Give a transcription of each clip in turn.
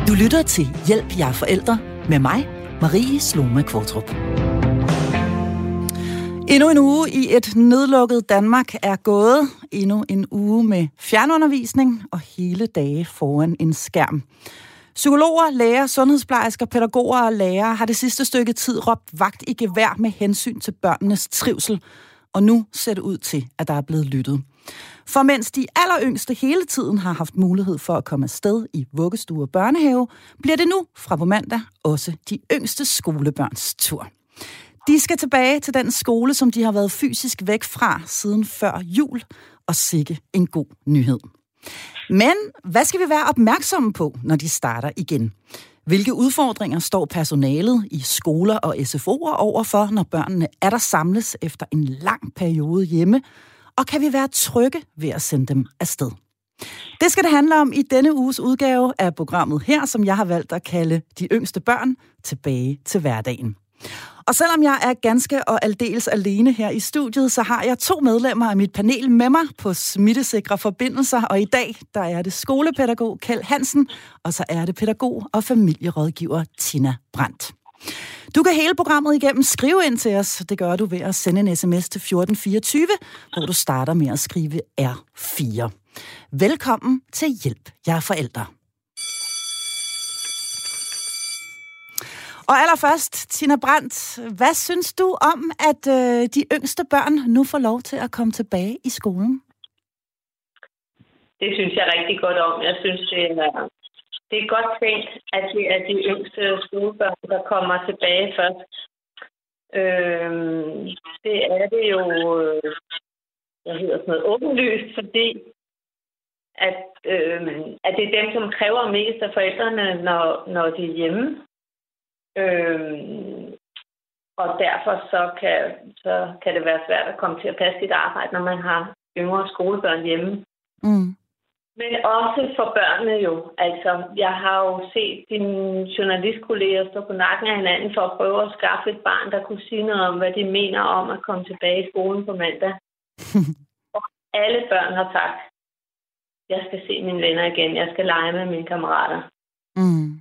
Du lytter til Hjælp, jeg er forældre med mig, Marie Sloma Kvartrup. Endnu en uge i et nedlukket Danmark er gået. Endnu en uge med fjernundervisning og hele dage foran en skærm. Psykologer, læger, sundhedsplejersker, pædagoger og lærere har det sidste stykke tid råbt vagt i gevær med hensyn til børnenes trivsel. Og nu ser det ud til, at der er blevet lyttet. For mens de alleryngste hele tiden har haft mulighed for at komme afsted i vuggestue og børnehave, bliver det nu fra på mandag også de yngste skolebørns tur. De skal tilbage til den skole, som de har været fysisk væk fra siden før jul, og sikke en god nyhed. Men hvad skal vi være opmærksomme på, når de starter igen? Hvilke udfordringer står personalet i skoler og SFO'er overfor, når børnene der samles efter en lang periode hjemme? Og kan vi være trygge ved at sende dem afsted? Det skal det handle om i denne uges udgave af programmet her, som jeg har valgt at kalde De yngste børn tilbage til hverdagen. Og selvom jeg er ganske og aldeles alene her i studiet, så har jeg 2 medlemmer af mit panel med mig på smittesikre forbindelser. Og i dag, der er det skolepædagog Kjeld Hansen, og så er det pædagog og familierådgiver Tina Brandt. Du kan hele programmet igennem skrive ind til os. Det gør du ved at sende en sms til 1424, hvor du starter med at skrive R4. Velkommen til Hjælp, jeg er forældre. Og allerførst, Tina Brandt, hvad synes du om, at de yngste børn nu får lov til at komme tilbage i skolen? Det synes jeg rigtig godt om. Jeg synes, det er godt tænkt, at det er de yngste skolebørn, der kommer tilbage først. Det er det jo, åbenlyst, fordi at det er dem, som kræver mest af forældrene, når de er hjemme. Og derfor så kan det være svært at komme til at passe sit arbejde, når man har yngre skolebørn hjemme. Mm. Men også for børnene jo. Altså, jeg har jo set dine journalistkolleger stå på nakken af hinanden for at prøve at skaffe et barn, der kunne sige noget om, hvad de mener om at komme tilbage i skolen på mandag. Og alle børn har sagt, jeg skal se mine venner igen, jeg skal lege med mine kammerater. Mm.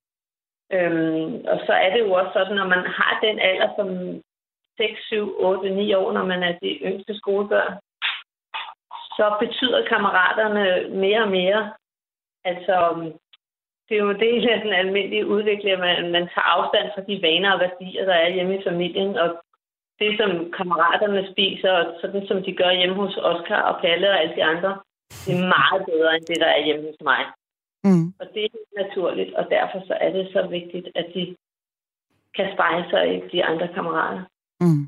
Og så er det jo også sådan, når man har den alder som 6, 7, 8, 9 år, når man er de yngste skolebørn, så betyder kammeraterne mere og mere. Altså, det er jo en del af den almindelige udvikling, at man tager afstand fra de vaner og værdier, der er hjemme i familien, og det, som kammeraterne spiser, og sådan som de gør hjemme hos Oscar og Palle og alle de andre, det er meget bedre end det, der er hjemme hos mig. Mm. Og det er naturligt, og derfor så er det så vigtigt, at de kan spejle sig i de andre kammerater. Mm.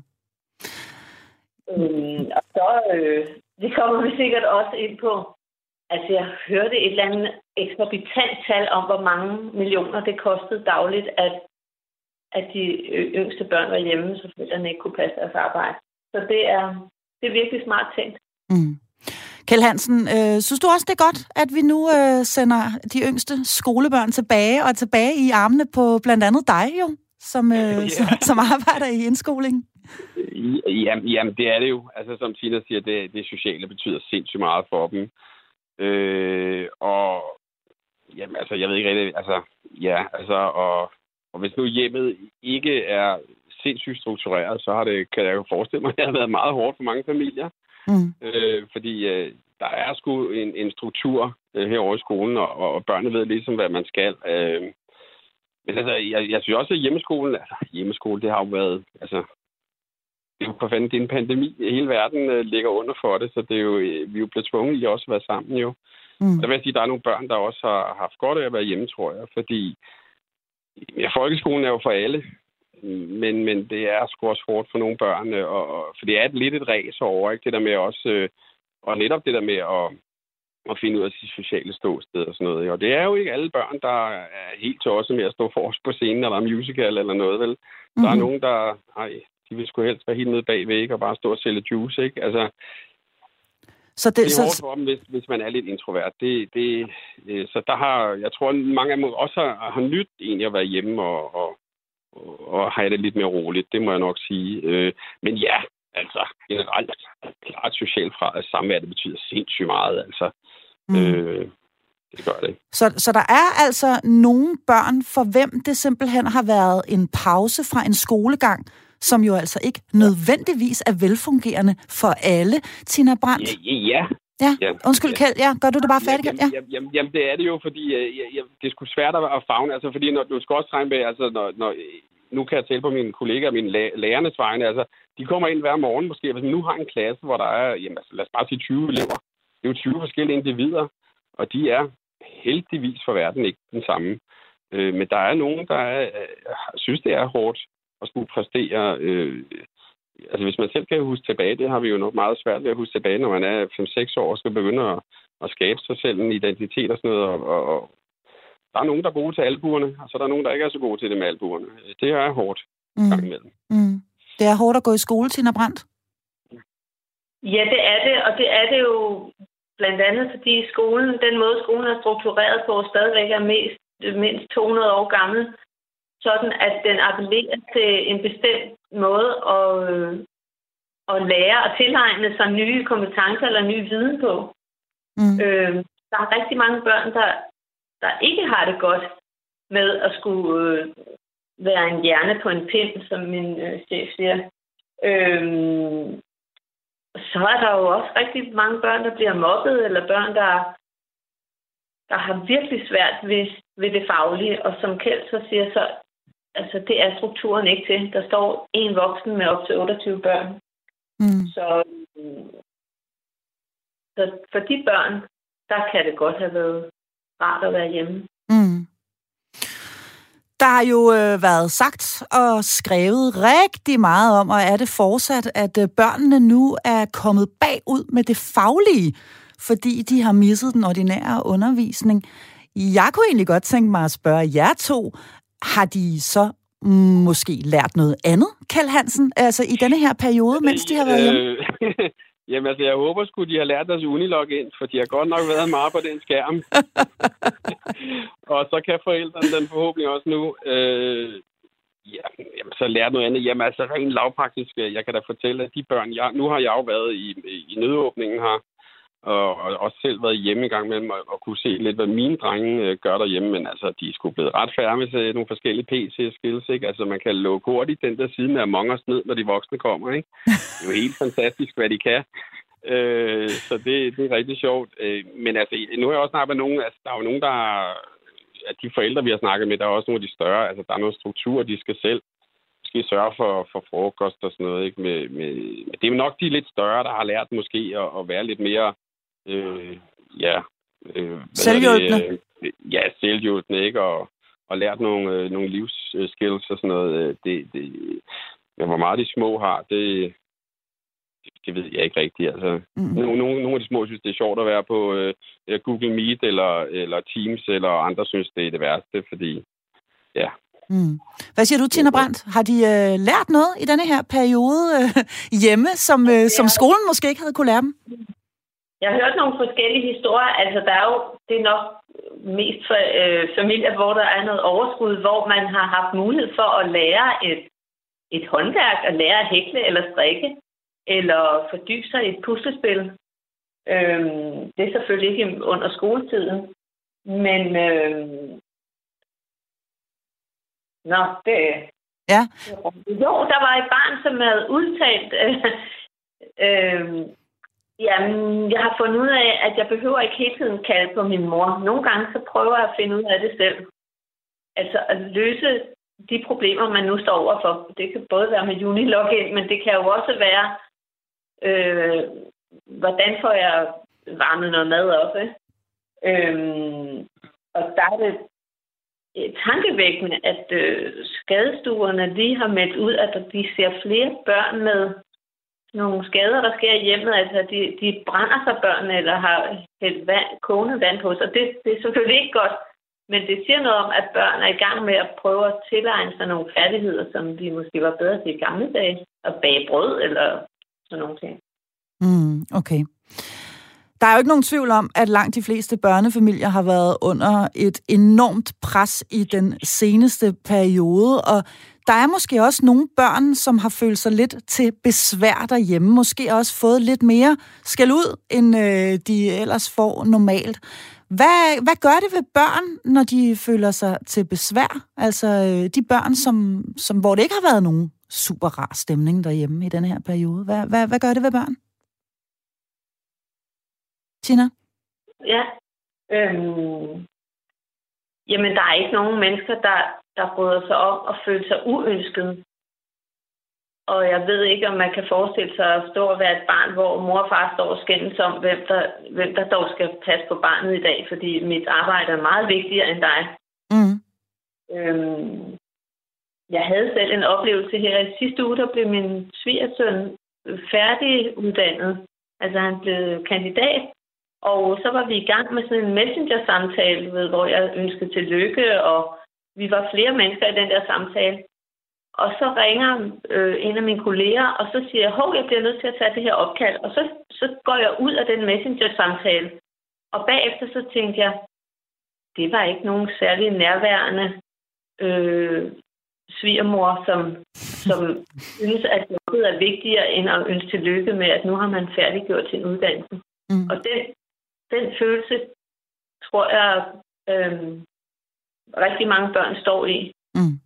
Og så det kommer vi sikkert også ind på. Altså, jeg hørte et eller andet eksorbitant tal om, hvor mange millioner det kostede dagligt, at de yngste børn var hjemme, så forældrene ikke kunne passe deres arbejde. Så det er virkelig smart tænkt. Mm. Kjeld Hansen, synes du også, det er godt, at vi nu sender de yngste skolebørn tilbage, og tilbage i armene på blandt andet dig jo, som arbejder i indskoling? Jamen, det er det jo. Altså, som Tina siger, det sociale betyder sindssygt meget for dem. Og jamen, altså, jeg ved ikke rigtig, og hvis nu hjemmet ikke er sindssygt struktureret, så kan jeg jo forestille mig, at det har været meget hårdt for mange familier. Mm. Fordi der er sgu en struktur herovre i skolen, og børnene ved ligesom, hvad man skal. Men altså, jeg synes også, at hjemmeskole, det har jo været, altså, det er jo for fanden, det er en pandemi. Hele verden ligger under for det, så det er jo, vi er jo blevet tvunget i også at være sammen jo. Mm. Der vil jeg sige, at der er nogle børn, der også har haft godt af at være hjemme, tror jeg, fordi folkeskolen er jo for alle. Men det er sgu også hårdt for nogle børn, for det er lidt et ræs over, ikke? Det der med også, og netop det der med at finde ud af sit sociale ståsted og sådan noget. Og det er jo ikke alle børn, der er helt tosset med at stå forrest på scenen, eller musical eller noget, vel? Mm-hmm. Der er nogen, de vil sgu helst være helt nede bagvæk og bare stå og sælge juice, ikke? Altså, så det er hårdt for dem, hvis man er lidt introvert. Så der jeg tror, mange af dem også har nyt egentlig at være hjemme og have det lidt mere roligt, det må jeg nok sige. Men ja, altså generelt klart socialt samvær, det betyder sindssygt meget, altså. Mm. Det gør det ikke. Så der er altså nogle børn, for hvem det simpelthen har været en pause fra en skolegang, som jo altså ikke nødvendigvis er velfungerende for alle. Tina Brandt? Ja, undskyld, Kjeld. Ja, gør du det bare færdigt, Kjeld? Ja. Jamen, det er det jo, fordi det er sgu svært at favne. Altså, fordi når du skal også regne med, altså, når nu kan jeg tælle på mine kollegaer, mine lærernes vegne, altså, de kommer ind hver morgen måske. Hvis man nu har en klasse, hvor der er, jamen, altså, lad os bare sige 20 elever. Det er jo 20 forskellige individer, og de er heldigvis for verden ikke den samme. Men der er nogen, der synes, det er hårdt at skulle præstere. Altså, hvis man selv kan huske tilbage, det har vi jo nok meget svært ved at huske tilbage, når man er 5-6 år og skal begynde at skabe sig selv en identitet og sådan noget. Og der er nogen, der er gode til albuerne, og så er der nogen, der ikke er så gode til det med albuerne. Det er hårdt gang imellem. Det er hårdt at gå i skole, Tina Brandt? Ja, det er det, og det er det jo blandt andet, fordi den måde skolen er struktureret på, stadigvæk er mindst 200 år gammel, sådan at den appellerer til en bestemt måde at lære og tilegne sig nye kompetencer eller ny viden på. Der er rigtig mange børn, der ikke har det godt med at skulle være en hjerne på en pind, som min chef siger. Så er der jo også rigtig mange børn, der bliver mobbet, eller børn, der har virkelig svært ved det faglige. Og som Kjeld så siger, så altså, det er strukturen ikke til. Der står en voksen med op til 28 børn. Så for de børn, der kan det godt have været rart at være hjemme. Der har jo været sagt og skrevet rigtig meget om, og er det fortsat, at børnene nu er kommet bagud med det faglige, fordi de har misset den ordinære undervisning. Jeg kunne egentlig godt tænke mig at spørge jer to, har de så måske lært noget andet, Kjeld Hansen, altså i denne her periode, mens de har været hjemme? Jamen altså, jeg håber sgu, de har lært deres unilogin, for de har godt nok været meget på den skærm. Og så kan forældrene den forhåbentlig også nu. Jamen, så lært noget andet. Jamen altså, rent lavpraktisk, jeg kan da fortælle, at de børn, nu har jeg jo været i nødåbningen her, og også selv været hjemme i gang med og kunne se lidt, hvad mine drenge gør derhjemme, men altså, de er sgu blevet ret færdige med nogle forskellige PC-skills, ikke? Altså, man kan lukke hurtigt den der side med Among Us ned, når de voksne kommer, ikke? Det er jo helt fantastisk, hvad de kan. Så det er rigtig sjovt. Men altså, nu har jeg også snakket med nogen, altså, der er jo nogen, der at de forældre, vi har snakket med, der er også nogle af de større, altså, der er noget struktur, de skal selv måske sørge for frokost og sådan noget, ikke? Men det er jo nok de lidt større, der har lært måske at være lidt mere selvhjulpende. Selvhjulpende, ikke? Og lært nogle livsskills og sådan noget. Men hvor meget de små har, det ved jeg ikke rigtigt. Altså, nogle af de små synes, det er sjovt at være på Google Meet eller Teams, eller andre synes, det er det værste, fordi ja. Hvad siger du, Tina Brandt? Har de lært noget i denne her periode hjemme, som skolen måske ikke havde kunne lære dem? Jeg har hørt nogle forskellige historier. Altså, det er nok mest for familier, hvor der er noget overskud, hvor man har haft mulighed for at lære et håndværk, at lære at hækle eller strikke, eller fordybe sig i et puslespil. Det er selvfølgelig ikke under skoletiden, men Ja. Jo, der var et barn, som havde udtalt, jamen, jeg har fundet ud af, at jeg behøver ikke hele tiden kalde på min mor. Nogle gange så prøver jeg at finde ud af det selv. Altså at løse de problemer, man nu står overfor. Det kan både være med unilogin, men det kan jo også være, hvordan får jeg varmet noget mad op, og der er det tankevækkende, at skadestuerne lige har meldt ud, at de ser flere børn med nogle skader, der sker i hjemmet. Altså, de brænder sig børnene, eller har hældt kogende vand på sig. Det er selvfølgelig ikke godt, men det siger noget om, at børn er i gang med at prøve at tilegne sig nogle færdigheder, som de måske var bedre til i gamle dage. At bage brød, eller sådan nogle ting. Okay. Der er jo ikke nogen tvivl om, at langt de fleste børnefamilier har været under et enormt pres i den seneste periode, og der er måske også nogle børn, som har følt sig lidt til besvær derhjemme, måske også fået lidt mere skæld ud, end de ellers får normalt. Hvad gør det ved børn, når de føler sig til besvær? Altså de børn, som hvor det ikke har været nogen super rar stemning derhjemme i den her periode. Hvad gør det ved børn? Tina? Ja. Jamen, der er ikke nogen mennesker, der bryder sig om at føle sig uønsket. Og jeg ved ikke, om man kan forestille sig at stå og være et barn, hvor mor og far står og skændes om, hvem der dog skal passe på barnet i dag, fordi mit arbejde er meget vigtigere end dig. Mm. Jeg havde selv en oplevelse her i sidste uge, der blev min svigersøn færdiguddannet. Altså han blev kandidat. Og så var vi i gang med sådan en messenger-samtale, hvor jeg ønskede tillykke, og vi var flere mennesker i den der samtale. Og så ringer en af mine kolleger, og så siger jeg, jeg bliver nødt til at tage det her opkald. Og så går jeg ud af den messenger-samtale. Og bagefter så tænkte jeg, det var ikke nogen særlig nærværende svigermor, som synes, at jobbet er vigtigere end at ønske tillykke med, at nu har man færdiggjort sin uddannelse. Mm. Og den følelse, tror jeg, rigtig mange børn står i. Mm.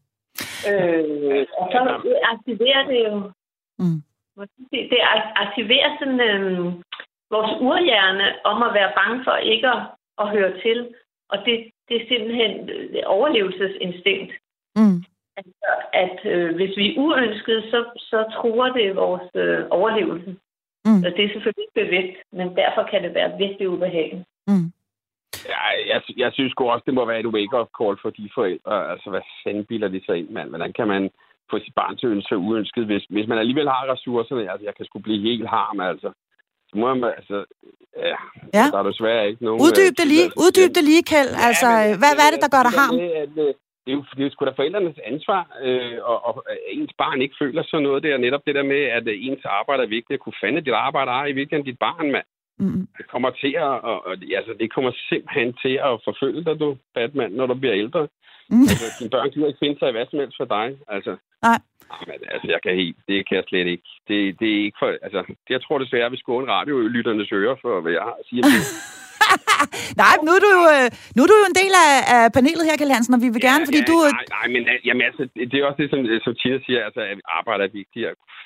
Og så aktiverer det jo... Mm. Det aktiverer sådan vores urhjerne om at være bange for ikke at høre til. Og det er simpelthen overlevelsesinstinkt. Mm. Altså, at hvis vi er uønskede, så truer det vores overlevelse. Mm. Og det er selvfølgelig ikke bevidst, men derfor kan det være virkelig ubehageligt. Mm. Ja, jeg synes også, det må være et wake-up call for de forældre. Altså, hvad fanden bilder de sig ind, mand? Hvordan kan man få sit barn til at ønske sig uønsket, hvis man alligevel har ressourcerne? Altså, jeg kan sgu blive helt harm, altså. Så må man, altså... Ja. Der er desværre ikke nogen... Uddyb det lige, Kjeld. Altså, hvad er det, der gør dig harm? Det er jo sgu da forældrenes ansvar, og ens barn ikke føler sådan noget. Det er netop det der med, at ens arbejde er vigtigt. At kunne fande dit arbejde er i virkeligheden dit barn, mand. Mm. Det kommer til det kommer simpelthen til at forfølge dig, du, Batman, når du bliver ældre. Mm. Altså, dine børn kan jo ikke finde sig i hvad som helst for dig. Altså. Nej. Men altså, det kan jeg slet ikke. Det er ikke for... Altså, jeg tror desværre, at vi skåne radiolytternes ører for, hvad jeg har at sige om det. Nej, nu er du jo en del af panelet her, Kjeld Hansen, og vi vil gerne, fordi du... Nej, men jamen, altså, det er også det, som Tina siger, altså, at arbejde er vigtigt.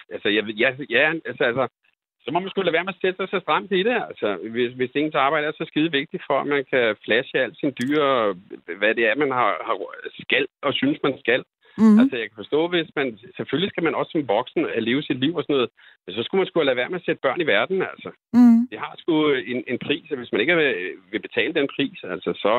Altså, så må man sgu lade være med at sætte sig så stramt i det. Altså, hvis ens arbejde er så skide vigtigt for, at man kan flashe alt sin dyr, og hvad det er, man har skal og synes, man skal. Mm-hmm. Altså, jeg kan forstå, hvis man... Selvfølgelig skal man også som voksen leve sit liv og sådan noget, men så skulle man sgu lade være med at sætte børn i verden, altså. Mm. Det har sgu en pris, og hvis man ikke vil betale den pris, altså, så...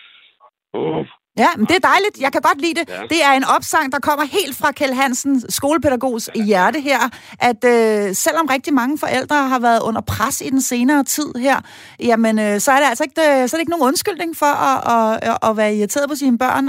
Ja, men det er dejligt. Jeg kan godt lide det. Ja. Det er en opsang, der kommer helt fra Kjeld Hansens skolepædagogs hjerte her, at selvom rigtig mange forældre har været under pres i den senere tid her, jamen så er det altså ikke nogen undskyldning for at være irriteret på sine børn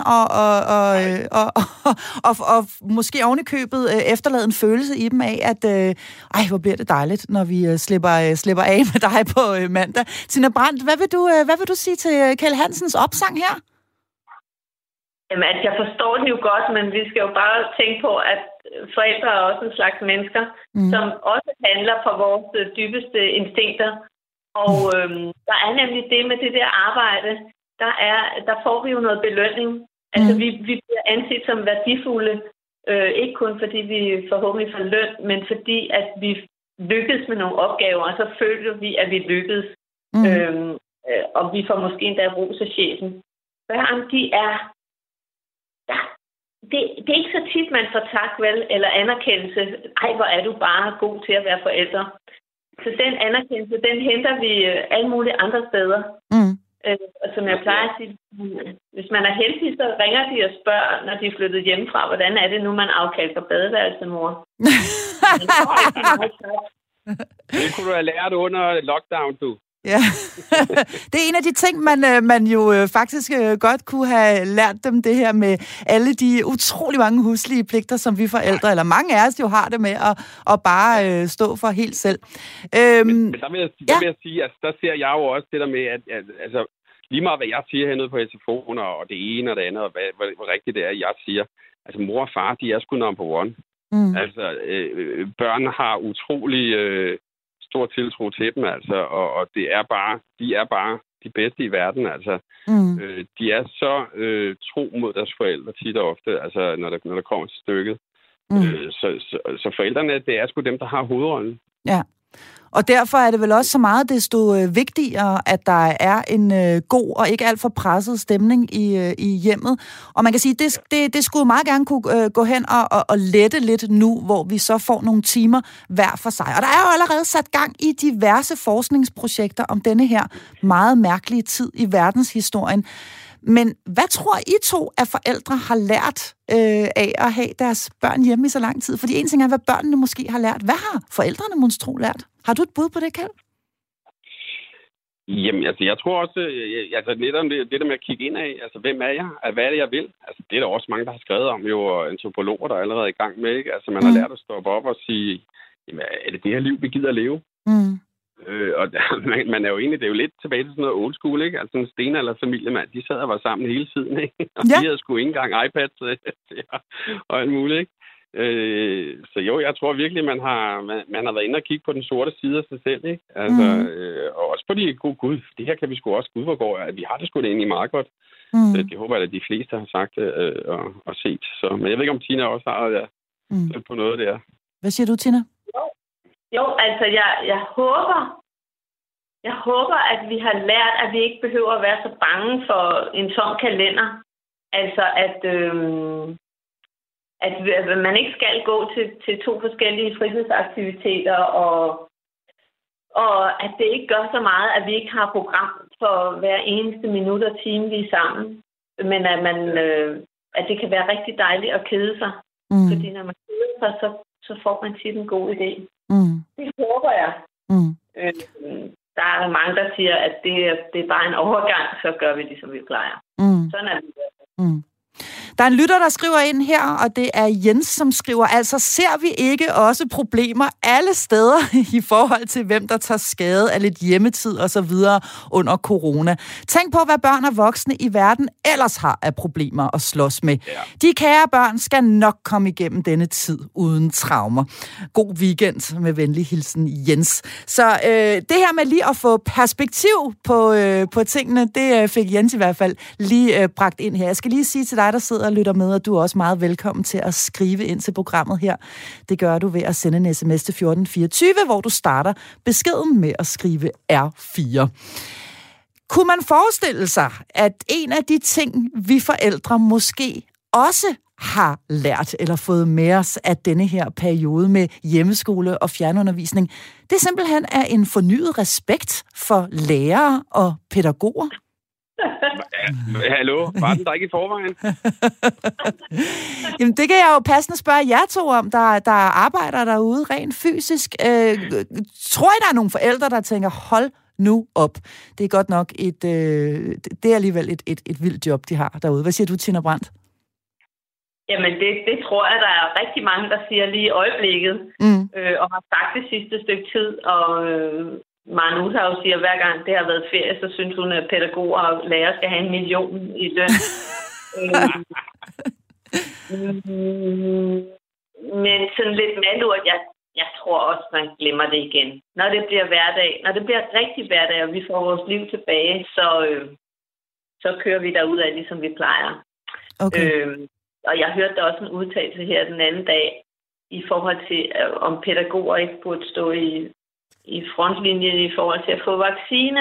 og måske ovenikøbet efterlade en følelse i dem af, at hvor bliver det dejligt, når vi slipper af med dig på mandag. Tina Brandt, hvad vil du sige til Kjeld Hansens opsang her? Jamen, jeg forstår det jo godt, men vi skal jo bare tænke på, at forældre er også en slags mennesker, som også handler på vores dybeste instinkter. Og der er nemlig det med det der arbejde, der får vi jo noget belønning. Altså, vi bliver anset som værdifulde, ikke kun fordi vi forhåbentlig får løn, men fordi, at vi lykkes med nogle opgaver, og så føler vi, at vi lykkes. Og vi får måske endda ros af chefen. Børn, de er... Ja, det er ikke så tit, man får tak, vel, eller anerkendelse. Ej, hvor er du bare god til at være forældre. Så den anerkendelse, den henter vi alle mulige andre steder. Mm. Og som jeg plejer at sige, hvis man er heldig, så ringer de og spørger, når de er flyttet hjemmefra, hvordan er det nu, man afkalker badeværelset, mor? Det kunne du have lært under lockdown, du. Ja, det er en af de ting, man jo faktisk godt kunne have lært dem, det her med alle de utrolig mange huslige pligter, som vi forældre, eller mange af os jo har det med at bare stå for helt selv. Men der vil jeg sige, altså der ser jeg jo også det der med, at altså, lige meget hvad jeg siger hernede på telefonen, og det ene og det andet, og hvad rigtigt det er, jeg siger, altså mor og far, de er sgu number one. Mm. Altså, børn har utrolig... stor tiltro til dem, altså, og de de bedste i verden, altså. De er så tro mod deres forældre tit og ofte, altså når der kommer til stykket. Så forældrene, det er sgu dem, der har hovedrollen. Ja. Og derfor er det vel også så meget desto vigtigere, at der er en god og ikke alt for presset stemning i hjemmet. Og man kan sige, det skulle meget gerne kunne gå hen og lette lidt nu, hvor vi så får nogle timer hver for sig. Og der er jo allerede sat gang i diverse forskningsprojekter om denne her meget mærkelige tid i verdenshistorien. Men hvad tror I to, at forældre har lært af at have deres børn hjemme i så lang tid? Fordi en ting er, hvad børnene måske har lært. Hvad har forældrene monstro lært? Har du et bud på det, Kjeld? Jamen, altså, jeg tror også, netop det der med at kigge ind af, altså, hvem er jeg? Hvad er det, jeg vil? Altså, det er der også mange, der har skrevet om, jo, og antropologer, der er allerede i gang med, ikke? Altså, man har lært at stoppe op og sige, jamen, er det her liv, vi gider at leve? Og man er jo egentlig, det er jo lidt tilbage til sådan noget old school, ikke? Altså en stenalderfamilie, mand, de sad og var sammen hele tiden, ikke? Og de havde sgu ikke engang iPads og alt muligt, ikke? Så jo, jeg tror virkelig, man har været inde og kigge på den sorte side af sig selv, ikke? Altså, og også på de gode gud, det her kan vi sgu også, gud hvor går, at vi har det sgu da egentlig meget godt. Det håber jeg, at de fleste har sagt og set. Så, men jeg ved ikke, om Tina også har på noget der. Hvad siger du, Tina? Jo, altså jeg håber, at vi har lært, at vi ikke behøver at være så bange for en tom kalender. Altså, at man ikke skal gå til 2 forskellige fritidsaktiviteter, og at det ikke gør så meget, at vi ikke har program for hver eneste minut og time, vi er sammen. Men at det kan være rigtig dejligt at kede sig. Fordi når man keder sig, så får man tit en god idé. Det håber jeg. Der er mange, der siger, at det er bare en overgang, så gør vi det, som vi plejer. Sådan er det. Der er en lytter, der skriver ind her, og det er Jens, som skriver, altså ser vi ikke også problemer alle steder i forhold til, hvem der tager skade af lidt hjemmetid og så videre under corona. Tænk på, hvad børn og voksne i verden ellers har af problemer at slås med. Ja. De kære børn skal nok komme igennem denne tid uden traumer. God weekend, med venlig hilsen, Jens. Så det her med lige at få perspektiv på tingene, det fik Jens i hvert fald lige bragt ind her. Jeg skal lige sige til dig, der sidder og lytter med, og du er også meget velkommen til at skrive ind til programmet her. Det gør du ved at sende en sms til 1424, hvor du starter beskeden med at skrive R4. Kunne man forestille sig, at en af de ting, vi forældre måske også har lært eller fået med os af denne her periode med hjemmeskole og fjernundervisning, det simpelthen er en fornyet respekt for lærere og pædagoger? Hallo, var den der ikke i forvejen? Jamen, det kan jeg jo passende spørge jer to om, der arbejder derude rent fysisk. Tror I, der er nogle forældre, der tænker, hold nu op. Det er godt nok det er alligevel et vildt job, de har derude. Hvad siger du, Tina Brandt? Jamen, det tror jeg, der er rigtig mange, der siger lige i øjeblikket, og har sagt det sidste stykke tid, og Maren Uthaug siger, hver gang det har været ferie, så synes hun, at pædagoger og lærere skal have 1 million i løn. Men sådan lidt malurt, jeg tror også, man glemmer det igen. Når det bliver hverdag, når det bliver rigtig hverdag, og vi får vores liv tilbage, så kører vi derudad, ligesom vi plejer. Okay. Og jeg hørte da også en udtalelse her den anden dag, i forhold til, om pædagoger ikke burde stå i frontlinjen i forhold til at få vaccine.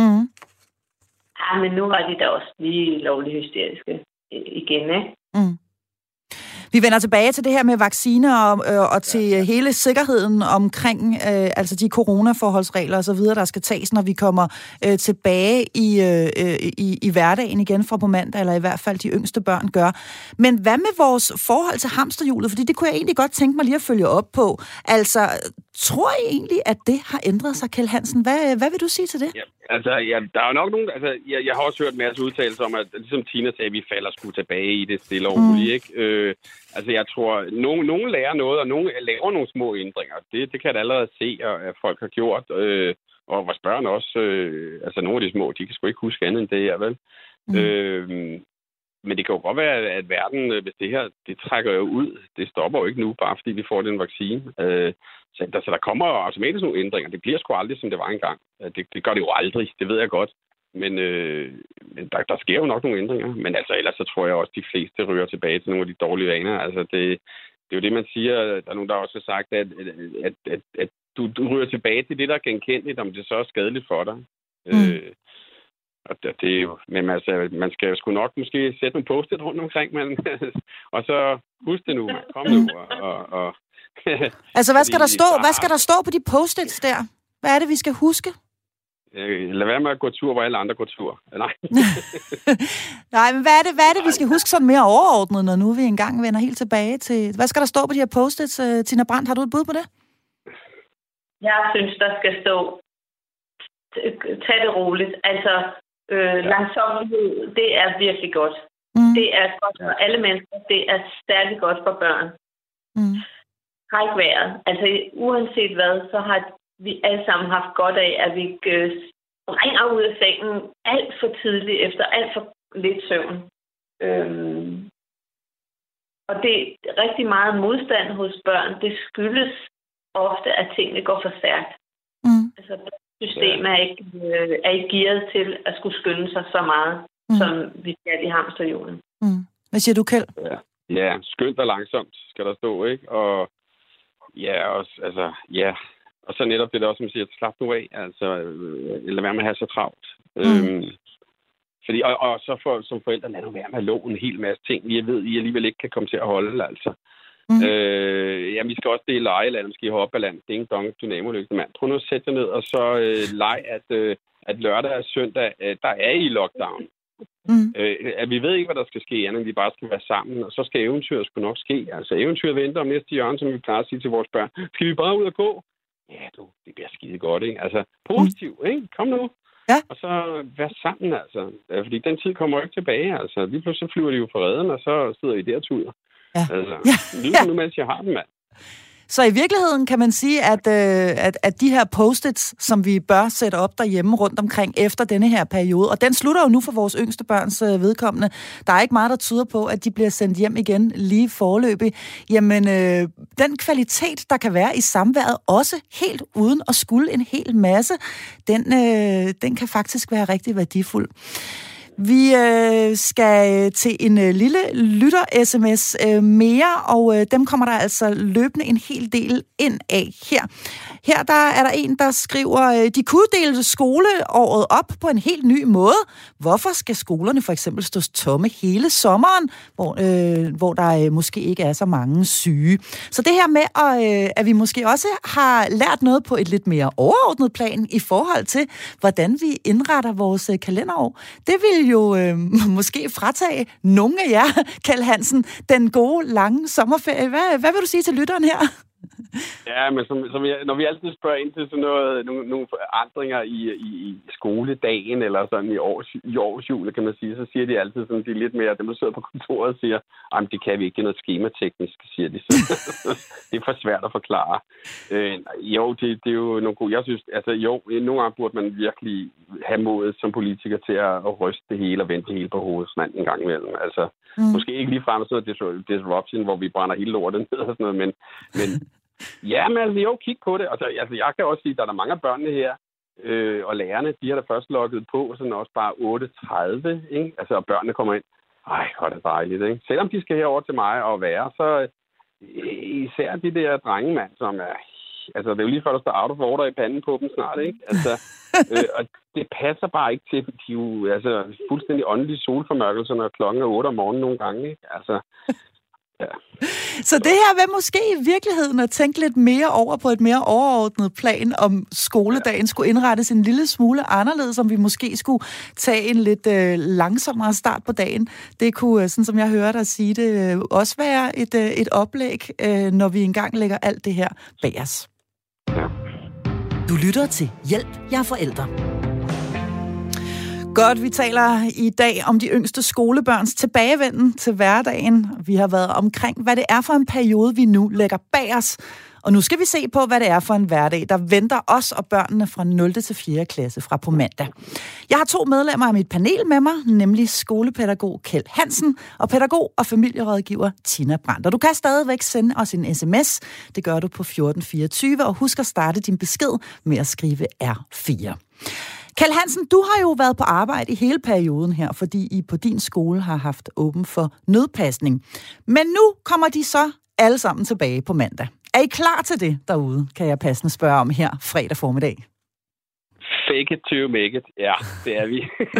Men nu var de da også lige lovligt hysteriske igen, ikke? Vi vender tilbage til det her med vacciner og til hele sikkerheden omkring altså de coronaforholdsregler og så videre, der skal tages, når vi kommer tilbage i hverdagen igen fra på mandag, eller i hvert fald de yngste børn gør. Men hvad med vores forhold til hamsterhjulet? Fordi det kunne jeg egentlig godt tænke mig lige at følge op på. Altså, tror I egentlig, at det har ændret sig, Kjeld Hansen? Hvad vil du sige til det? Ja, der er jo nok nogen... Altså, jeg har også hørt en masse udtalelser om, at ligesom Tina sagde, vi falder sgu tilbage i det stille og roligt, ikke? Altså, jeg tror, nogen lærer noget, og nogen laver nogle små ændringer. Det kan jeg da allerede se, at folk har gjort. Og vores børn også... altså, nogle af de små, de kan sgu ikke huske andet end det her, vel? Men det kan jo godt være, at verden, hvis det her, det trækker jo ud. Det stopper jo ikke nu, bare fordi vi får den vaccine. Så der kommer jo automatisk nogle ændringer. Det bliver sgu aldrig, som det var engang. Det gør det jo aldrig, det ved jeg godt. Men der sker jo nok nogle ændringer. Men altså, ellers så tror jeg også, de fleste ryger tilbage til nogle af de dårlige vaner. Altså, det er jo det, man siger. Der er nogen, der også har sagt, at du ryger tilbage til det, der er genkendeligt, om det så er skadeligt for dig. Og det er jo, men altså, man skal jo sgu nok måske sætte en post-it rundt omkring, og så husk det nu, kom nu. Altså, hvad skal der stå? Hvad skal der stå på de post-its der? Hvad er det, vi skal huske? Lad være med at gå tur, hvor alle andre går tur. Nej. Nej, men hvad er det, vi skal huske sådan mere overordnet, når nu vi engang vender helt tilbage til... Hvad skal der stå på de her post-its? Tina Brandt, har du et bud på det? Jeg synes, der skal stå... Tag det roligt. Altså, langsommelighed, det er virkelig godt. Det er godt for alle mennesker. Det er særligt godt for børn. Træk vejret. Altså, uanset hvad, så har vi alle sammen haft godt af, at vi springer ud af sengen alt for tidligt, efter alt for lidt søvn. Og det er rigtig meget modstand hos børn. Det skyldes ofte, at tingene går for stærkt. Altså, systemet er ikke gearet til at skulle skynde sig så meget, som vi skal i hamsterhjulet. Hvad siger du, Kjeld? Ja, skyndt og langsomt skal der stå, ikke? Og ja, også, altså, ja. Og så netop det der også, som siger, slap nu af, altså, lad være med at have så travlt. Fordi, og så som forældre, lad nu være med at love en hel masse ting, jeg ved, I alligevel ikke kan komme til at holde, altså. Jamen, vi skal også dele lejeland, vi skal hoppe af land, ding dong, dynamolygte mand. Prøv nu at sætte jer ned, og så leg, at lørdag og søndag, der er I lockdown. At vi ved ikke, hvad der skal ske, andet end vi bare skal være sammen, og så skal eventyret sgu nok ske. Altså, eventyret venter om næste hjørne, som vi plejer at sige til vores børn. Skal vi bare ud og gå? Ja, det bliver skide godt, ikke? Altså, positiv, ikke? Kom nu. Ja. Og så vær sammen, altså. Fordi den tid kommer jo ikke tilbage, altså. Lige pludselig flyver de jo fra redden, og så sidder I der og tuder. Ja. Altså, lyt nu, mens jeg har dem, mand. Så i virkeligheden kan man sige, at de her post-its, som vi bør sætte op derhjemme rundt omkring efter denne her periode, og den slutter jo nu for vores yngste børns vedkommende. Der er ikke meget, der tyder på, at de bliver sendt hjem igen lige foreløbig. Jamen, den kvalitet, der kan være i samværet, også helt uden at skulle en hel masse, den kan faktisk være rigtig værdifuld. Vi skal til en lille lytter-sms mere, og dem kommer der altså løbende en hel del ind af her. Her der er der en, der skriver, de kunne dele skoleåret op på en helt ny måde. Hvorfor skal skolerne for eksempel stå tomme hele sommeren, hvor der måske ikke er så mange syge? Så det her med, at vi måske også har lært noget på et lidt mere overordnet plan i forhold til, hvordan vi indretter vores kalenderår, det vil jo måske fratage nogle af jer, Kjeld Hansen, den gode, lange sommerferie. Hvad vil du sige til lytteren her? Ja, men når vi altid spørger ind til sådan nogle forandringer i skoledagen, eller sådan i årsjulet, kan man sige, så siger de altid sådan, de er lidt mere, dem der sidder på kontoret og siger, det kan vi ikke, det er noget skemateknisk, siger de så. Det er for svært at forklare. Det er jo nogle gode, jeg synes, altså nogle gange burde man virkelig have modet som politiker til at ryste det hele og vende det hele på hovedet sådan en gang imellem. Altså, måske ikke lige frem sådan noget disruption, hvor vi brænder hele lortet ned og sådan noget, men ja, men altså, kig på det. Altså, jeg kan også sige, at der er mange af børnene her, og lærerne, de har da først logget på, sådan også bare 8:30, ikke? Altså, og børnene kommer ind. Ej, hvor er det dejligt, ikke? Selvom de skal herover til mig og være, så især de der drengemand, som er... Altså, det er jo lige før, der står out of order i panden på dem snart, ikke? Altså, og det passer bare ikke til, de er jo altså, fuldstændig åndelige solformørkelser, når klokken er 8 om morgenen nogle gange, ikke? Altså... Ja. Så det her vil måske i virkeligheden at tænke lidt mere over på et mere overordnet plan, om skoledagen skulle indrettes en lille smule anderledes, om vi måske skulle tage en lidt langsommere start på dagen. Det kunne, sådan som jeg hører dig sige det, også være et oplæg, når vi engang lægger alt det her bag os. Ja. Du lytter til Hjælp, jeg er forældre. Godt, vi taler i dag om de yngste skolebørns tilbagevenden til hverdagen. Vi har været omkring, hvad det er for en periode, vi nu lægger bag os. Og nu skal vi se på, hvad det er for en hverdag, der venter os og børnene fra 0. til 4. klasse fra på mandag. Jeg har 2 medlemmer af mit panel med mig, nemlig skolepædagog Kjeld Hansen og pædagog og familierådgiver Tina Brandt. Og du kan stadigvæk sende os en sms. Det gør du på 1424, og husk at starte din besked med at skrive R4. Kjeld Hansen, du har jo været på arbejde i hele perioden her, fordi I på din skole har haft åben for nødpasning. Men nu kommer de så alle sammen tilbage på mandag. Er I klar til det derude, kan jeg passende spørge om her fredag formiddag? Fake it to make it. Ja, det er vi.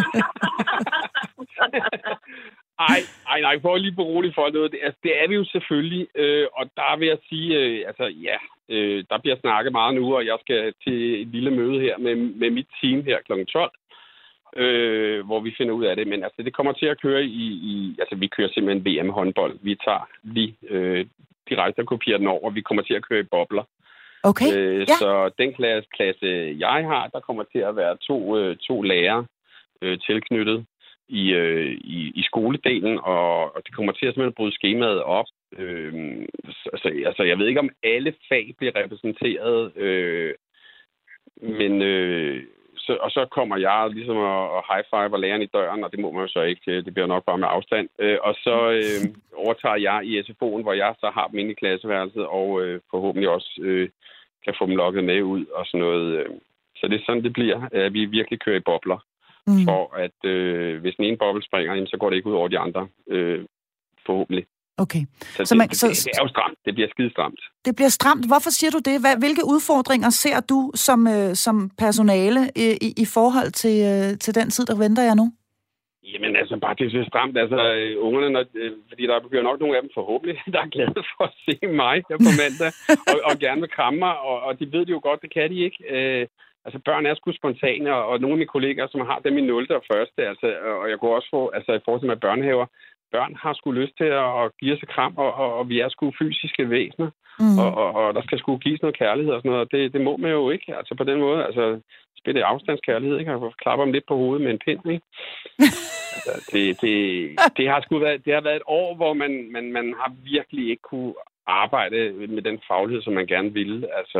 Nej, for lige berolige folk noget. Det er vi jo selvfølgelig, og der vil jeg sige, der bliver snakket meget nu, og jeg skal til et lille møde her med mit team her kl. 12, hvor vi finder ud af det. Men altså, det kommer til at køre vi kører simpelthen VM-håndbold. Vi tager direkte og kopierer den over, og vi kommer til at køre i bobler. Okay, ja. Så den klasse, jeg har, der kommer til at være to lærere tilknyttet i skoledelen, og det kommer til at simpelthen bryde skemaet op. Jeg ved ikke, om alle fag bliver repræsenteret, men så kommer jeg ligesom og high-five læreren i døren, og det må man jo så ikke. Det bliver nok bare med afstand. Og så overtager jeg i SFO'en, hvor jeg så har dem inde i klasseværelset, og forhåbentlig også kan få dem lukket med ud og sådan noget. Så det er sådan, det bliver, at vi virkelig kører i bobler. For at hvis den ene boble springer, så går det ikke ud over de andre. Forhåbentlig. Okay. Så det er jo stramt. Det bliver skidestramt. Det bliver stramt. Hvorfor siger du det? Hvilke udfordringer ser du som personale i forhold til den tid, der venter jer nu? Jamen altså, bare det er stramt. Altså, ungerne, fordi der bliver nok nogle af dem forhåbentlig, der er glade for at se mig her på mandag, og gerne vil kramme mig, og de ved det jo godt, det kan de ikke. Altså, børn er sgu spontane, og nogle af mine kollegaer, som har dem i 0. og 1. Og jeg kunne også få, i forhold til med børnehaver, børn har sgu lyst til at give os et kram, og vi er sgu fysiske væsener, og der skal sgu gives noget kærlighed og sådan noget, og det må man jo ikke, altså på den måde, altså spille afstandskærlighed, ikke? Og klapper dem lidt på hovedet med en pind, ikke? Altså, det har sgu været, det har været et år, hvor man har virkelig ikke kunne arbejde med den faglighed, som man gerne ville, altså,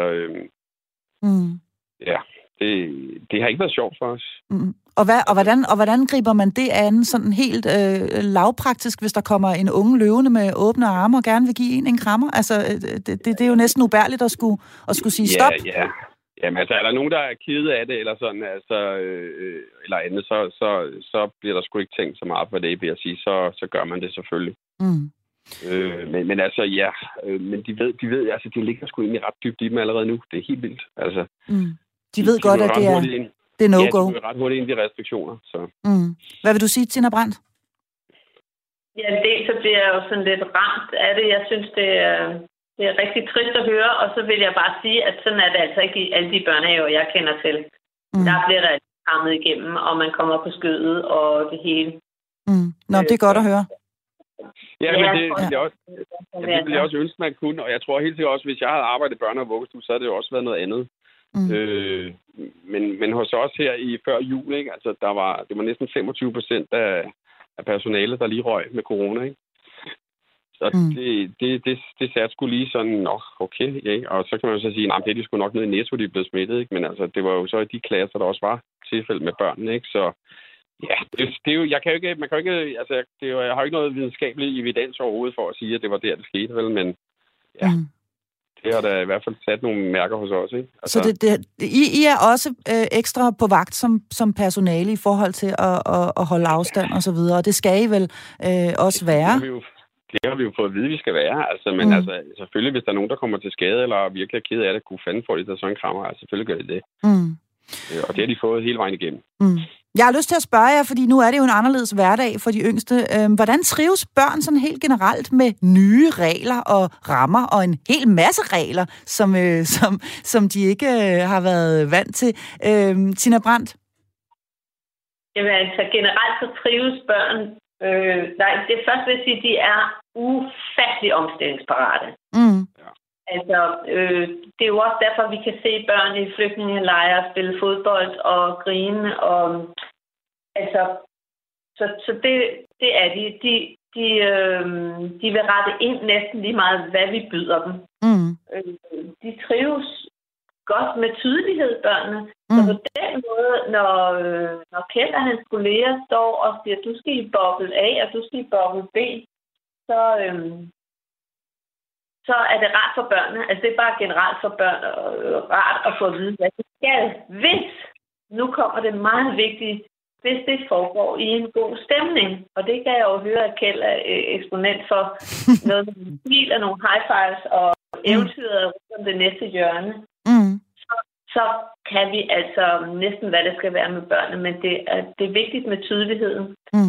ja. Det har ikke været sjovt for os. Og hvordan griber man det an sådan helt lavpraktisk, hvis der kommer en unge løvende med åbne arme og gerne vil give en krammer? Altså, det er jo næsten ubærligt at skulle sige stop. Ja. Jamen, altså, er der nogen, der er kede af det, eller sådan, altså, eller andet, så bliver der sgu ikke tænkt så meget på det, vil jeg sige. Så gør man det selvfølgelig. Men altså, ja. Men de ved, altså, de ligger sgu egentlig ret dybt i dem allerede nu. Det er helt vildt, altså. De ved godt, at det er no-go. Ja, de er ret hurtigt ind i de restriktioner. Så. Hvad vil du sige, Tina Brandt? Ja, så bliver jeg jo sådan lidt ramt af det. Jeg synes, det er rigtig trist at høre, og så vil jeg bare sige, at sådan er det altså ikke i alle de børnehaver, jeg kender til. Der bliver der krammet igennem, og man kommer på skødet og det hele. Nå, det er godt at høre. Ja, men det vil jeg også ønske, man kunne, og jeg tror helt sikkert også, hvis jeg havde arbejdet i børne- og vuggestue, så havde det jo også været noget andet. Men hos os her i før jul, ikke? Altså, det var næsten 25% af personalet, der lige røg med corona, ikke? Så det satte sgu lige sådan, okay, ikke? Og så kan man jo så sige, nej, det er de sgu nok nede i Netto, de er blevet smittet, ikke? Men altså, det var jo så i de klasser, der også var tilfælde med børnene, ikke? Så ja, det er jo, jeg har jo ikke noget videnskabelig evidens overhovedet for at sige, at det var der, det skete, vel? Men ja. Det har da i hvert fald sat nogle mærker hos os, ikke? Altså, så I er også ekstra på vagt som personale i forhold til at holde afstand og så videre, og det skal I vel også være? Det har vi jo fået at vide, vi skal være, altså, men altså, selvfølgelig, hvis der er nogen, der kommer til skade, eller virkelig er ked af det, kunne fanden få det der sådan en krammer, altså, selvfølgelig gør det det. Og det har de fået hele vejen igennem. Jeg har lyst til at spørge jer, fordi nu er det jo en anderledes hverdag for de yngste. Hvordan trives børn sådan helt generelt med nye regler og rammer og en hel masse regler, som de ikke har været vant til? Tina Brandt? Jamen altså generelt så trives børn. Det første vil sige, at de er ufattelig omstillingsparate. Altså, det er jo også derfor, vi kan se børn i flygtningelejre spille fodbold og grine. Og, altså, så det er de. De vil rette ind næsten lige meget, hvad vi byder dem. De trives godt med tydelighed, børnene. Så på den måde, når Kjeld og hans kolleger står og siger, du skal i boble A, og du skal i boble B, så er det rart for børnene. Altså, det er bare generelt for børn rart at få at vide, hvad de skal. nu kommer det meget vigtigt, hvis det foregår i en god stemning. Og det kan jeg jo høre, at Kjeld er eksponent for noget med bil og nogle high fives og eventyret rundt om det næste hjørne. Så kan vi altså næsten, hvad det skal være med børnene, men det er vigtigt med tydeligheden.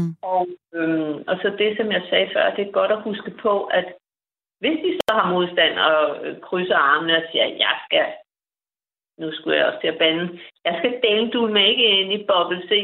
Og så det, som jeg sagde før, det er godt at huske på, at hvis de så har modstand og krydser armene og siger, at nu skulle jeg også til at bande, jeg skal dele mig ikke ind i boble C,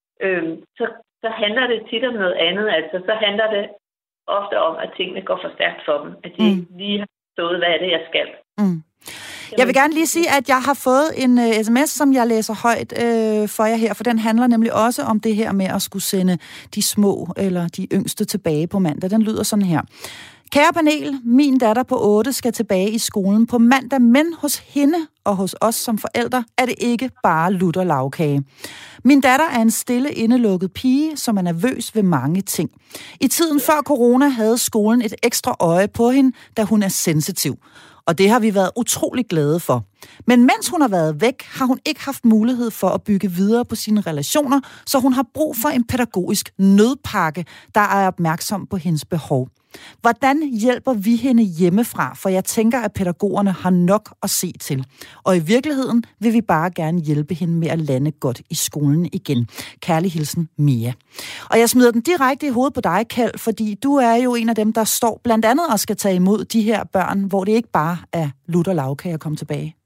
så handler det tit om noget andet. Altså, så handler det ofte om, at tingene går for stærkt for dem. At de lige har forstået, hvad er det, jeg skal. Jeg vil gerne lige sige, at jeg har fået en sms, som jeg læser højt for jer her, for den handler nemlig også om det her med at skulle sende de små eller de yngste tilbage på mandag. Den lyder sådan her. Kære panel, min datter på 8 skal tilbage i skolen på mandag, men hos hende og hos os som forældre er det ikke bare lutter lavkage. Min datter er en stille, indelukket pige, som er nervøs ved mange ting. I tiden før corona havde skolen et ekstra øje på hende, da hun er sensitiv. Og det har vi været utrolig glade for. Men mens hun har været væk, har hun ikke haft mulighed for at bygge videre på sine relationer, så hun har brug for en pædagogisk nødpakke, der er opmærksom på hendes behov. Hvordan hjælper vi hende hjemmefra? For jeg tænker, at pædagogerne har nok at se til. Og i virkeligheden vil vi bare gerne hjælpe hende med at lande godt i skolen igen. Kærlig hilsen, Mia. Og jeg smider den direkte i hovedet på dig, Kjeld, fordi du er jo en af dem, der står blandt andet og skal tage imod de her børn, hvor det ikke bare er lutter lavkage at komme tilbage.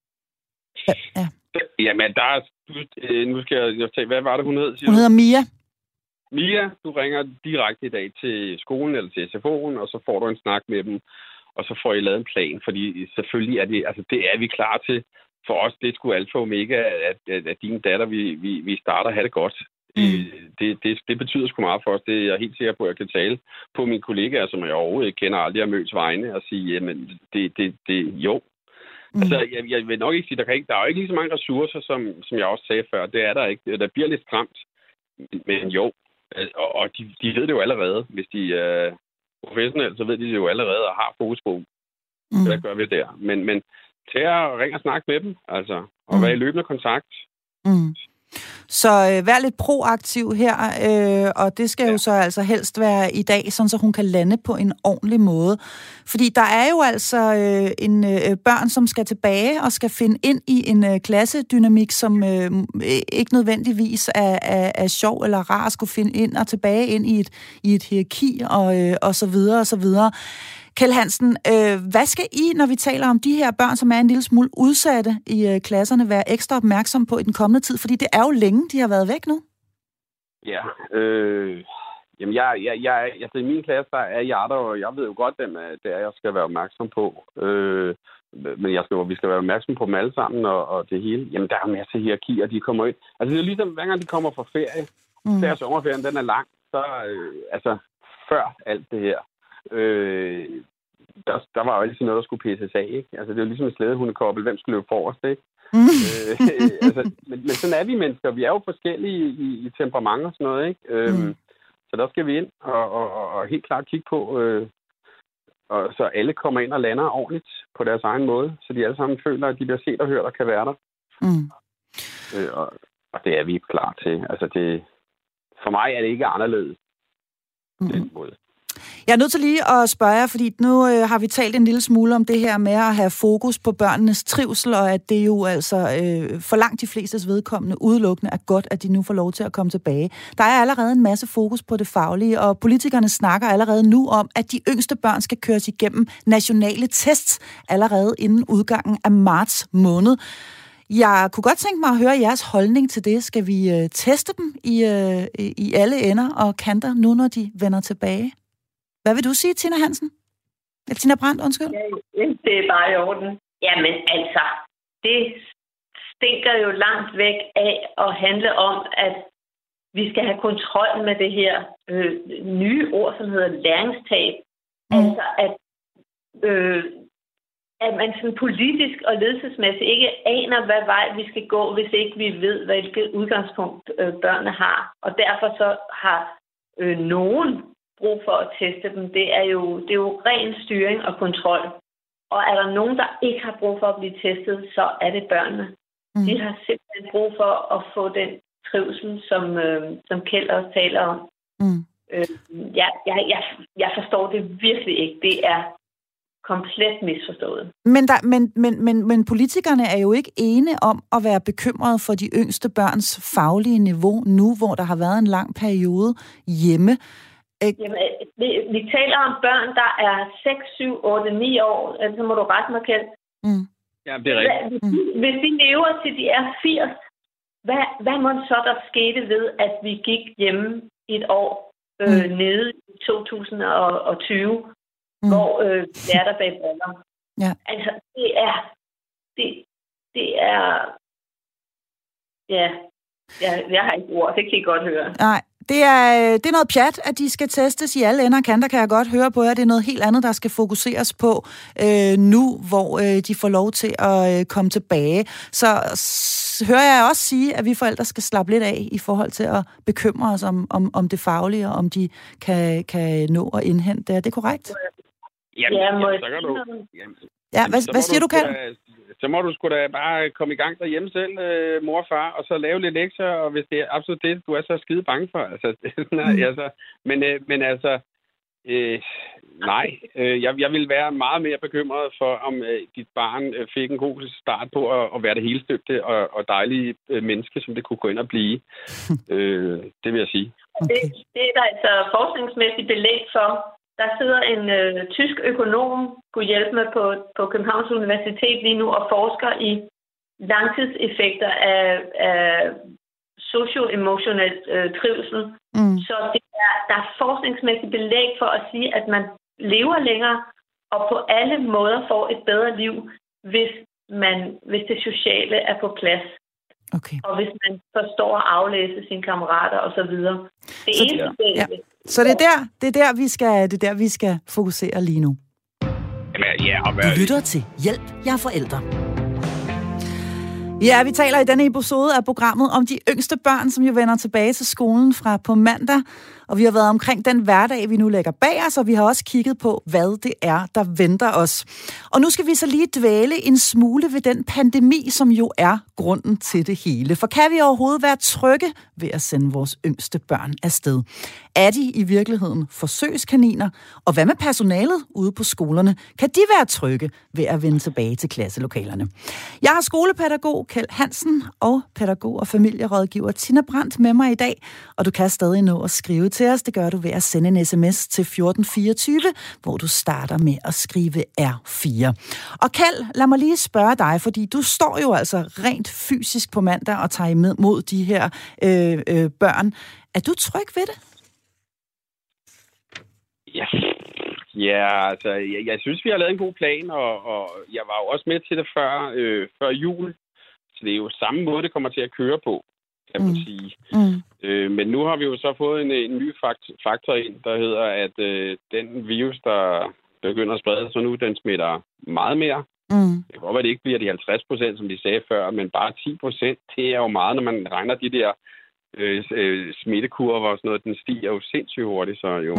Ja. Jamen, nu skal jeg tage, hvad var det, hun hed? Hun hedder Mia. Mia, du ringer direkte i dag til skolen eller til SFO'en, og så får du en snak med dem, og så får I lavet en plan, fordi selvfølgelig er det er vi klar til. For os, det er sgu alfa og omega, at din datter, vi starter at have det godt. Det betyder sgu meget for os. Det er jeg helt sikker på, at jeg kan tale på mine kollegaer, som jeg overhovedet ikke kender, aldrig har mødt vegne, og sige, jamen, jo. Altså, jeg vil nok ikke sige, der er jo ikke lige så mange ressourcer, som jeg også sagde før. Det er der ikke. Der bliver lidt stramt. Men jo, og de ved det jo allerede. Hvis de er professionelle, så ved de det jo allerede og har fokus på. Hvad gør vi der? Men til at ringe og snakke med dem, altså, og være i løbende kontakt. Så vær lidt proaktiv her, og det skal jo så altså helst være i dag, sådan så hun kan lande på en ordentlig måde. Fordi der er jo altså børn, som skal tilbage og skal finde ind i en klassedynamik, som ikke nødvendigvis er sjov eller rar at skulle finde ind og tilbage ind i et hierarki og så videre og så videre. Kjeld Hansen, hvad skal I, når vi taler om de her børn, som er en lille smule udsatte i klasserne, være ekstra opmærksom på i den kommende tid? Fordi det er jo længe, de har været væk nu. Ja, jamen i min klasse, der er jeg der, og jeg ved jo godt, hvem det er, jeg skal være opmærksom på. Men vi skal være opmærksom på dem alle sammen, og det hele. Jamen, der er jo masser af hierarkier, de kommer ind. Altså, det er ligesom, hver gang de kommer fra ferie, deres sommerferien, den er lang, så før alt det her, der var jo altid noget, der skulle pisses af, ikke? Altså, det er jo ligesom en slædehundekobbel. Hvem skulle løbe forrest, ikke? Men sådan er vi mennesker. Vi er jo forskellige i temperament og sådan noget, ikke? Så der skal vi ind og helt klart kigge på, og så alle kommer ind og lander ordentligt på deres egen måde, så de alle sammen føler, at de bliver set og hørt og kan være der. Og det er vi klar til. Altså, for mig er det ikke anderledes den måde. Jeg er nødt til lige at spørge jer, fordi nu har vi talt en lille smule om det her med at have fokus på børnenes trivsel, og at det jo altså for langt de flestes vedkommende udelukkende er godt, at de nu får lov til at komme tilbage. Der er allerede en masse fokus på det faglige, og politikerne snakker allerede nu om, at de yngste børn skal køres igennem nationale tests allerede inden udgangen af marts måned. Jeg kunne godt tænke mig at høre jeres holdning til det. Skal vi teste dem i alle ender og kanter nu, når de vender tilbage? Hvad vil du sige, Tina Hansen? Eller Tina Brandt, undskyld? Ja, det er bare i orden. Jamen altså, det stinker jo langt væk af at handle om, at vi skal have kontrol med det her nye ord, som hedder læringstab. Altså, at man sådan politisk og ledelsesmæssigt ikke aner, hvad vej vi skal gå, hvis ikke vi ved, hvilket udgangspunkt børnene har. Og derfor så har nogen brug for at teste dem. Det er jo ren styring og kontrol. Og er der nogen, der ikke har brug for at blive testet, så er det børnene. De har simpelthen brug for at få den trivsel, som Kjeld også taler om. Jeg forstår det virkelig ikke. Det er komplet misforstået. Men politikerne er jo ikke ene om at være bekymrede for de yngste børns faglige niveau nu, hvor der har været en lang periode hjemme. Jamen, vi taler om børn, der er 6, 7, 8, 9 år. Altså må du rette mig, Kjeld. Ja, det er rigtigt. Hvis vi lever til de er 80, hvad må så der skete ved, at vi gik hjemme et år nede i 2020, hvor lærte bag briller. Ja. Altså, det er... Ja, jeg har ikke ord, det kan I godt høre. Nej. Det er noget pjat, at de skal testes i alle ender og kanter, kan jeg godt høre på jer. Det er noget helt andet, der skal fokuseres på nu, hvor de får lov til at komme tilbage. Så hører jeg også sige, at vi forældre skal slappe lidt af i forhold til at bekymre os om det faglige, og om de kan nå at indhente det. Er det korrekt? Jamen, så kan du... Hvad siger du, Kjeld? Så må du sgu da bare komme i gang derhjemme selv, mor og far, og så lave lidt lektier, og hvis det er absolut det, du er så skide bange for. Nej. Jeg vil være meget mere bekymret for, om dit barn fik en god start på at være det helstøbte og dejlige menneske, som det kunne gå ind og blive. Det vil jeg sige. Okay. Det er der altså forskningsmæssigt belæg for. Der sidder en tysk økonom, kunne hjælpe mig på Københavns Universitet lige nu, og forsker i langtidseffekter af socio-emotionel trivsel. Så der er forskningsmæssigt belæg for at sige, at man lever længere og på alle måder får et bedre liv, hvis det sociale er på plads. Okay. Og hvis man forstår at aflæse sine kammerater og så videre. Så det er der vi skal fokusere lige nu. Du lytter til Hjælp, jeg er forældre. Ja, vi taler i denne episode af programmet om de yngste børn, som jo vender tilbage til skolen fra på mandag. Og vi har været omkring den hverdag, vi nu lægger bag os, og vi har også kigget på, hvad det er, der venter os. Og nu skal vi så lige dvæle en smule ved den pandemi, som jo er grunden til det hele. For kan vi overhovedet være trygge ved at sende vores yngste børn afsted? Er de i virkeligheden forsøgskaniner? Og hvad med personalet ude på skolerne? Kan de være trygge ved at vende tilbage til klasselokalerne? Jeg har skolepædagog Kjeld Hansen og pædagog og familierådgiver Tina Brandt med mig i dag, og du kan stadig nå at skrive til os. Det gør du ved at sende en sms til 1424, hvor du starter med at skrive R4. Og Kjeld, lad mig lige spørge dig, fordi du står jo altså rent fysisk på mandag og tager imod de her børn. Er du tryg ved det? Ja, altså, jeg synes, vi har lavet en god plan, og jeg var jo også med til det før jul. Så det er jo samme måde, det kommer til at køre på, kan man sige. Men nu har vi jo så fået en ny faktor ind, der hedder, at den virus, der begynder at sprede sig nu, den smitter meget mere. Det kan godt være, at det ikke bliver de 50%, som de sagde før, men bare 10%, det er jo meget, når man regner de der smittekurver og sådan noget. Den stiger jo sindssygt hurtigt, så jo...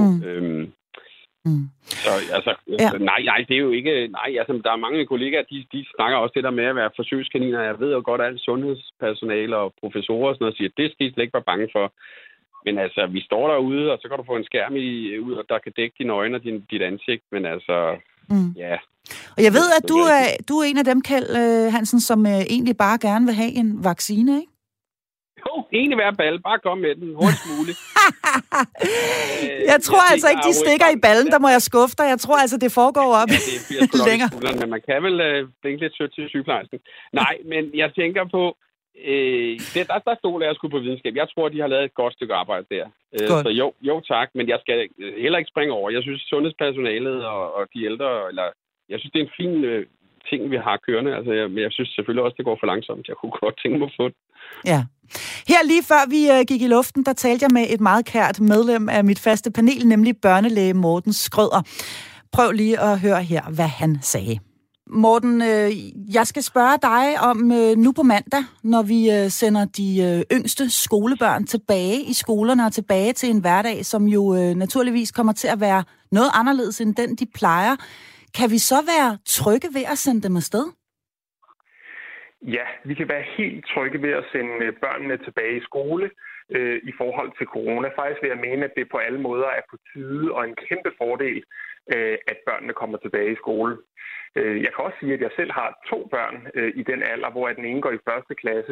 Så altså, nej, det er jo ikke... Nej, altså, der er mange kollegaer, de snakker også det der med at være forsøgskaniner. Jeg ved jo godt, at alt sundhedspersonale og professorer og sådan noget siger, det skal I slet ikke være bange for. Men altså, vi står derude, og så kan du få en skærm ud, der kan dække dine øjne og dit ansigt. Men altså, ja... Og jeg ved, at du er en af dem, Kjeld Hansen, som egentlig bare gerne vil have en vaccine, ikke? Jo, egentlig hver balle. Bare kom med den hurtigst muligt. Jeg tror altså ikke, de stikker i ballen, der må jeg skuffe dig. Jeg tror altså, det foregår op længere. Men man kan vel blinke lidt sødt til sygeplejersken. Nej, men jeg tænker på, der stoler jeg sgu på videnskab. Jeg tror, de har lavet et godt stykke arbejde der. Så jo tak, men jeg skal heller ikke springe over. Jeg synes, sundhedspersonalet og de ældre, jeg synes, det er en fin ting, vi har kørende. Altså, jeg synes selvfølgelig også, det går for langsomt. Jeg kunne godt tænke mig at få det. Ja. Her lige før vi gik i luften, der talte jeg med et meget kært medlem af mit faste panel, nemlig børnelæge Morten Skrøder. Prøv lige at høre her, hvad han sagde. Morten, jeg skal spørge dig om nu på mandag, når vi sender de yngste skolebørn tilbage i skolerne og tilbage til en hverdag, som jo naturligvis kommer til at være noget anderledes end den, de plejer. Kan vi så være trygge ved at sende dem afsted? Ja, vi kan være helt trygge ved at sende børnene tilbage i skole i forhold til corona. Faktisk vil jeg mene, at det på alle måder er på tide og en kæmpe fordel, at børnene kommer tilbage i skole. Jeg kan også sige, at jeg selv har 2 børn i den alder, hvor den ene går i 1. klasse.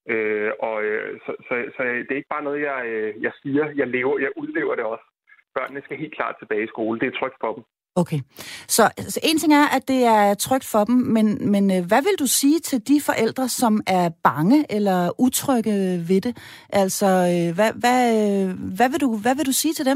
Så det er ikke bare noget, jeg siger. Jeg udlever det også. Børnene skal helt klart tilbage i skole. Det er trygt for dem. Okay, så en ting er, at det er trygt for dem, men hvad vil du sige til de forældre, som er bange eller utrygge ved det? Altså, hvad vil du sige til dem?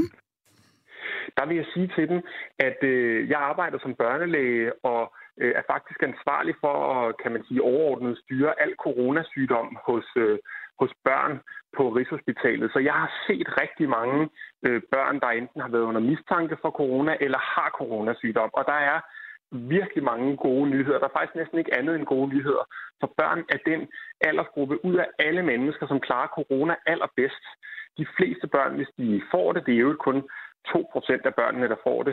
Der vil jeg sige til dem, at jeg arbejder som børnelæge og er faktisk ansvarlig for at, kan man sige, overordnet styre al coronasygdom hos børn på Rigshospitalet. Så jeg har set rigtig mange børn, der enten har været under mistanke for corona eller har coronasygdom. Og der er virkelig mange gode nyheder. Der er faktisk næsten ikke andet end gode nyheder. For børn er den aldersgruppe ud af alle mennesker, som klarer corona allerbedst. De fleste børn, hvis de får det, det er jo kun 2% af børnene, der får det,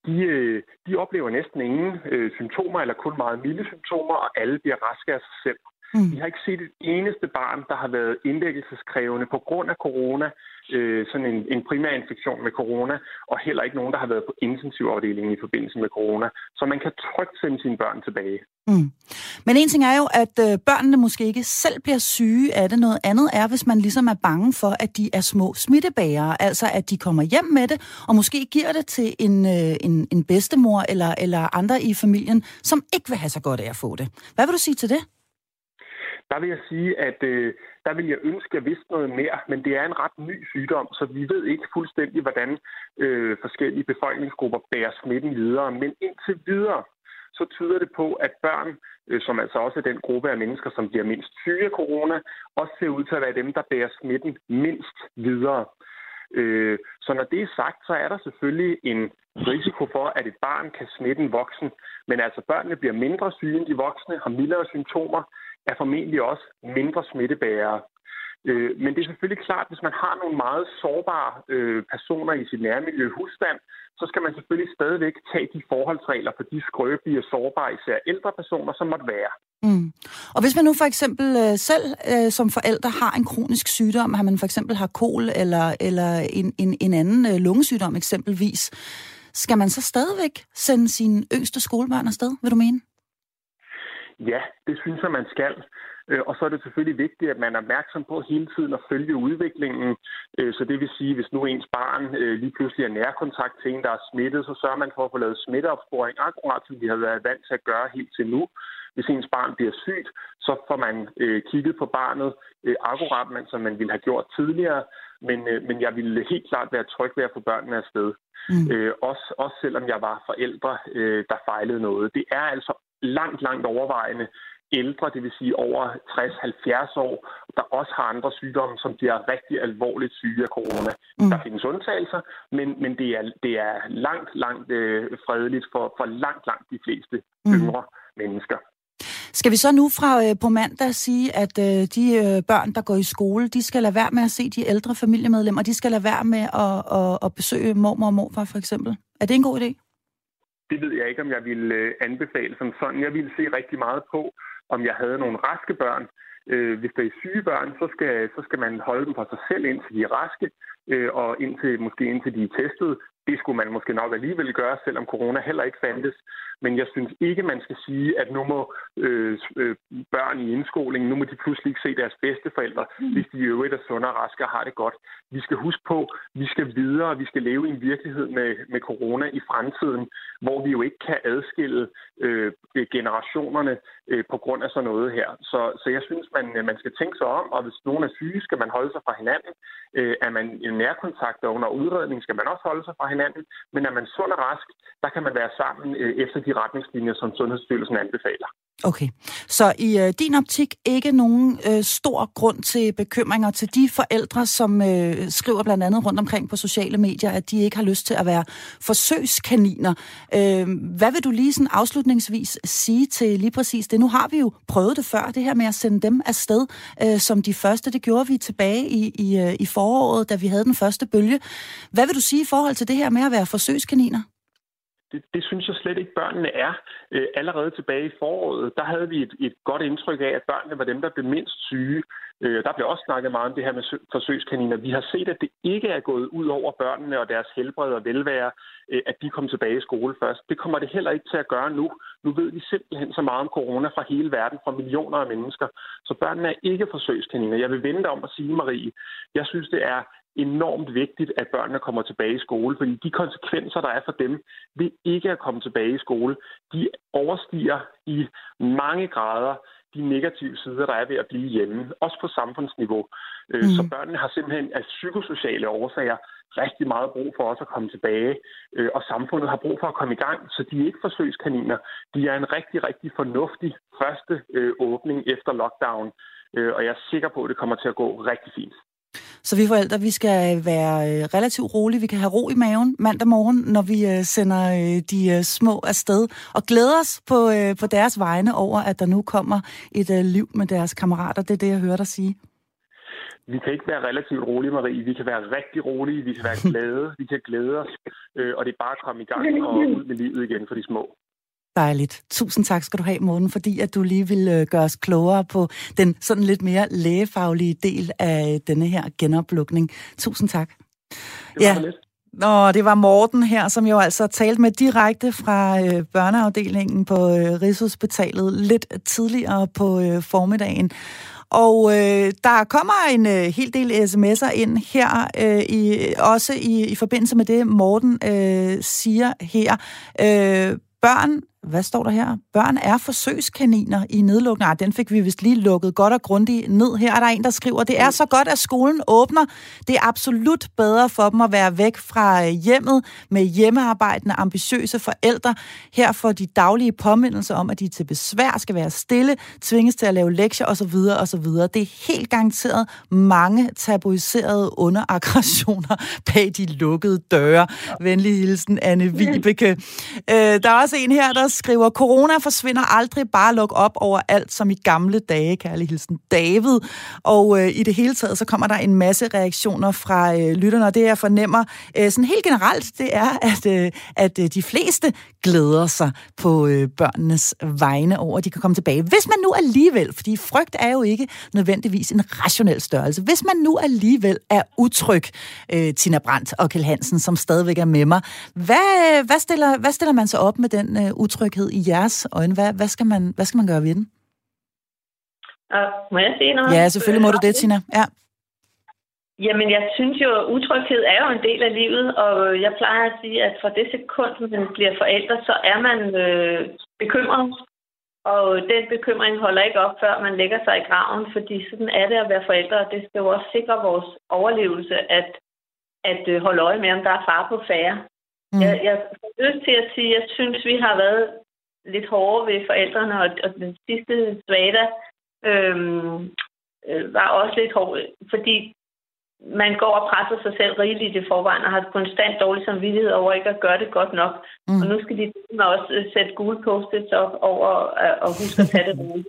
de oplever næsten ingen symptomer, eller kun meget milde symptomer, og alle bliver raske af sig selv. Vi har ikke set et eneste barn, der har været indlæggelseskrævende på grund af corona, sådan en primær infektion med corona, og heller ikke nogen, der har været på intensivafdelingen i forbindelse med corona. Så man kan trygt sende sine børn tilbage. Men en ting er jo, at børnene måske ikke selv bliver syge af det. Noget andet er, hvis man ligesom er bange for, at de er små smittebærere. Altså, at de kommer hjem med det, og måske giver det til en bedstemor eller andre i familien, som ikke vil have så godt af at få det. Hvad vil du sige til det? Der vil jeg sige, at der vil jeg ønske, at jeg vidste noget mere, men det er en ret ny sygdom, så vi ved ikke fuldstændig, hvordan forskellige befolkningsgrupper bærer smitten videre. Men indtil videre, så tyder det på, at børn, som altså også er den gruppe af mennesker, som bliver mindst syge af corona, også ser ud til at være dem, der bærer smitten mindst videre. Så når det er sagt, så er der selvfølgelig en risiko for, at et barn kan smitte en voksen. Men altså børnene bliver mindre syge end de voksne, har mildere symptomer, er formentlig også mindre smittebærere. Men det er selvfølgelig klart, at hvis man har nogle meget sårbare personer i sit nærmiljø husstand, så skal man selvfølgelig stadigvæk tage de forholdsregler for de skrøbelige og sårbare, især ældre personer, som måtte være. Og hvis man nu for eksempel selv som forælder har en kronisk sygdom, har man for eksempel har kol eller en anden lungesygdom eksempelvis, skal man så stadigvæk sende sine yngste skolebørn afsted, vil du mene? Ja, det synes jeg, man skal. Og så er det selvfølgelig vigtigt, at man er opmærksom på hele tiden at følge udviklingen. Så det vil sige, hvis nu ens barn lige pludselig er nærkontakt til en, der er smittet, så sørger man for at få lavet smitteopsporing, akkurat som vi har været vant til at gøre helt til nu. Hvis ens barn bliver sygt, så får man kigget på barnet akkurat, som man ville have gjort tidligere. Men jeg ville helt klart være tryg ved at få børnene afsted. Også selvom jeg var forældre, der fejlede noget. Det er altså langt overvejende ældre, det vil sige over 60-70 år, der også har andre sygdomme, som bliver rigtig alvorligt syge af corona. Der findes undtagelser, men det er langt fredeligt for langt de fleste yngre mennesker. Skal vi så nu fra på mandag sige, at de børn, der går i skole, de skal lade være med at se de ældre familiemedlemmer, de skal lade være med at besøge mormor og morfar for eksempel? Er det en god idé? Det ved jeg ikke, om jeg ville anbefale som sådan. Jeg ville se rigtig meget på, om jeg havde nogle raske børn. Hvis der er syge børn, så skal man holde dem for sig selv, indtil de er raske, og indtil de er testet. Det skulle man måske nok alligevel gøre, selvom corona heller ikke fandtes. Men jeg synes ikke, man skal sige, at nu må børn i indskoling, nu må de pludselig ikke se deres bedsteforældre, hvis de i øvrigt er sunde og raske og har det godt. Vi skal huske på, vi skal videre, vi skal leve i en virkelighed med corona i fremtiden, hvor vi jo ikke kan adskille generationerne på grund af sådan noget her. Så jeg synes, man skal tænke sig om, og hvis nogen er syge, skal man holde sig fra hinanden. Er man i nærkontakt og under udredning, skal man også holde sig fra hinanden. Men er man sund og rask, der kan man være sammen efter de retningslinjer, som Sundhedsstyrelsen anbefaler. Okay, så i din optik ikke nogen stor grund til bekymringer til de forældre, som skriver blandt andet rundt omkring på sociale medier, at de ikke har lyst til at være forsøgskaniner. Hvad vil du lige sådan afslutningsvis sige til lige præcis det? Nu har vi jo prøvet det før, det her med at sende dem afsted som de første. Det gjorde vi tilbage i foråret, da vi havde den første bølge. Hvad vil du sige i forhold til det her med at være forsøgskaniner? Det synes jeg slet ikke, børnene er. Allerede tilbage i foråret, der havde vi et godt indtryk af, at børnene var dem, der blev mindst syge. Der blev også snakket meget om det her med forsøgskaniner. Vi har set, at det ikke er gået ud over børnene og deres helbred og velvære, at de kom tilbage i skole først. Det kommer det heller ikke til at gøre nu. Nu ved vi simpelthen så meget om corona fra hele verden, fra millioner af mennesker. Så børnene er ikke forsøgskaniner. Jeg vil vende om at sige, Marie, jeg synes, det er enormt vigtigt, at børnene kommer tilbage i skole, fordi de konsekvenser, der er for dem, ved ikke at komme tilbage i skole, de overstiger i mange grader de negative sider, der er ved at blive hjemme, også på samfundsniveau. Så børnene har simpelthen af psykosociale årsager rigtig meget brug for også at komme tilbage, og samfundet har brug for at komme i gang, så de er ikke forsøgskaniner. De er en rigtig, rigtig fornuftig første åbning efter lockdown, og jeg er sikker på, at det kommer til at gå rigtig fint. Så vi forældre, vi skal være relativt rolige. Vi kan have ro i maven mandag morgen, når vi sender de små afsted. Og glæder os på deres vegne over, at der nu kommer et liv med deres kammerater. Det er det, jeg hører dig sige. Vi kan ikke være relativt rolige, Marie. Vi kan være rigtig rolige. Vi kan være glade. Vi kan glæde os. Og det er bare at komme i gang og ud med livet igen for de små. Dejligt. Tusind tak skal du have, Morten, fordi at du lige vil gøre os klogere på den sådan lidt mere lægefaglige del af denne her genoplukning. Tusind tak. Det var Morten her, som jo altså talte med direkte fra børneafdelingen på Rigshospitalet lidt tidligere på formiddagen. Og der kommer en hel del sms'er ind her, også i forbindelse med det, Morten siger her. Børn, hvad står der her? Børn er forsøgskaniner i nedlukning. Nej, den fik vi vist lige lukket godt og grundigt ned. Her er der en, der skriver, det er så godt, at skolen åbner. Det er absolut bedre for dem at være væk fra hjemmet med hjemmearbejdende, ambitiøse forældre. Her får de daglige påmindelser om, at de til besvær skal være stille, tvinges til at lave lektier osv. osv. Det er helt garanteret mange tabuiserede underaggressioner bag de lukkede døre. Venlig hilsen, Anne Vibeke. Der er også en her, der skriver, corona forsvinder aldrig, bare luk op over alt som i gamle dage, kærlig hilsen David. Og i det hele taget, så kommer der en masse reaktioner fra lytterne, og det jeg fornemmer sådan helt generelt, det er, at de fleste glæder sig på børnenes vegne over, at de kan komme tilbage. Hvis man nu alligevel, fordi frygt er jo ikke nødvendigvis en rationel størrelse, hvis man nu alligevel er utryg, Tina Brandt og Kjeld Hansen, som stadigvæk er med mig, hvad stiller man så op med den utryghed i jeres øjne? Hvad skal man gøre ved den? Må jeg sige noget? Ja, selvfølgelig må du det, Tina. Ja. Jamen, jeg synes jo, at utryghed er jo en del af livet, og jeg plejer at sige, at fra det sekund, man bliver forældre, så er man bekymret. Og den bekymring holder ikke op, før man lægger sig i graven, fordi sådan er det at være forældre, og det skal jo også sikre vores overlevelse, at holde øje med, om der er fare på færre. Jeg får lyst til at sige, at jeg synes, vi har været lidt hårde ved forældrene, og den sidste svada var også lidt hård, fordi man går og presser sig selv rigeligt i forvejen og har konstant dårlig samvittighed over ikke at gøre det godt nok. Og nu skal de også sætte gule post-its op over og huske at tage det roligt.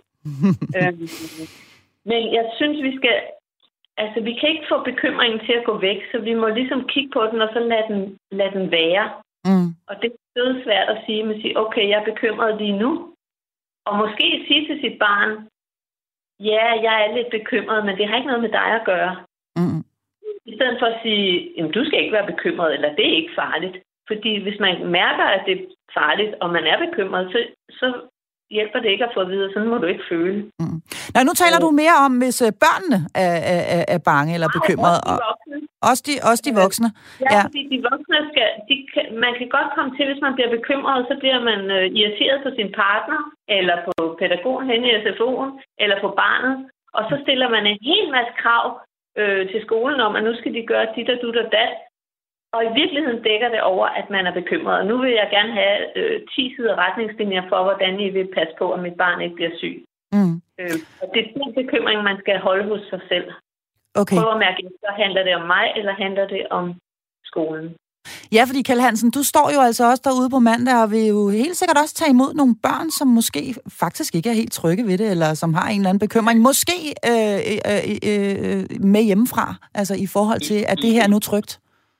Men jeg synes, vi kan ikke få bekymringen til at gå væk, så vi må ligesom kigge på den og så lade den være. Og det er svært at sige, men sige, okay, jeg er bekymret lige nu. Og måske sige til sit barn, ja, jeg er lidt bekymret, men det har ikke noget med dig at gøre. I stedet for at sige, jamen, du skal ikke være bekymret, eller det er ikke farligt. Fordi hvis man mærker, at det er farligt, og man er bekymret, så hjælper det ikke at få at vide, sådan må du ikke føle. Nej, nu taler du mere om, hvis børnene er bange eller bekymrede. Også de voksne. Ja, fordi de voksne man kan godt komme til, hvis man bliver bekymret, så bliver man irriteret på sin partner, eller på pædagogen hen i SFO'en, eller på barnet. Og så stiller man en hel masse krav til skolen om, at nu skal de gøre dit og dut og dat. Og i virkeligheden dækker det over, at man er bekymret. Og nu vil jeg gerne have 10 sider retningslinjer for, hvordan I vil passe på, at mit barn ikke bliver syg. Og det er den bekymring, man skal holde hos sig selv. Okay. Prøv at mærke, så handler det om mig, eller handler det om skolen? Ja, fordi Kjeld Hansen, du står jo altså også derude på mandag, og vil jo helt sikkert også tage imod nogle børn, som måske faktisk ikke er helt trygge ved det, eller som har en eller anden bekymring. Måske med hjemmefra, altså i forhold til, at det her er nu trygt.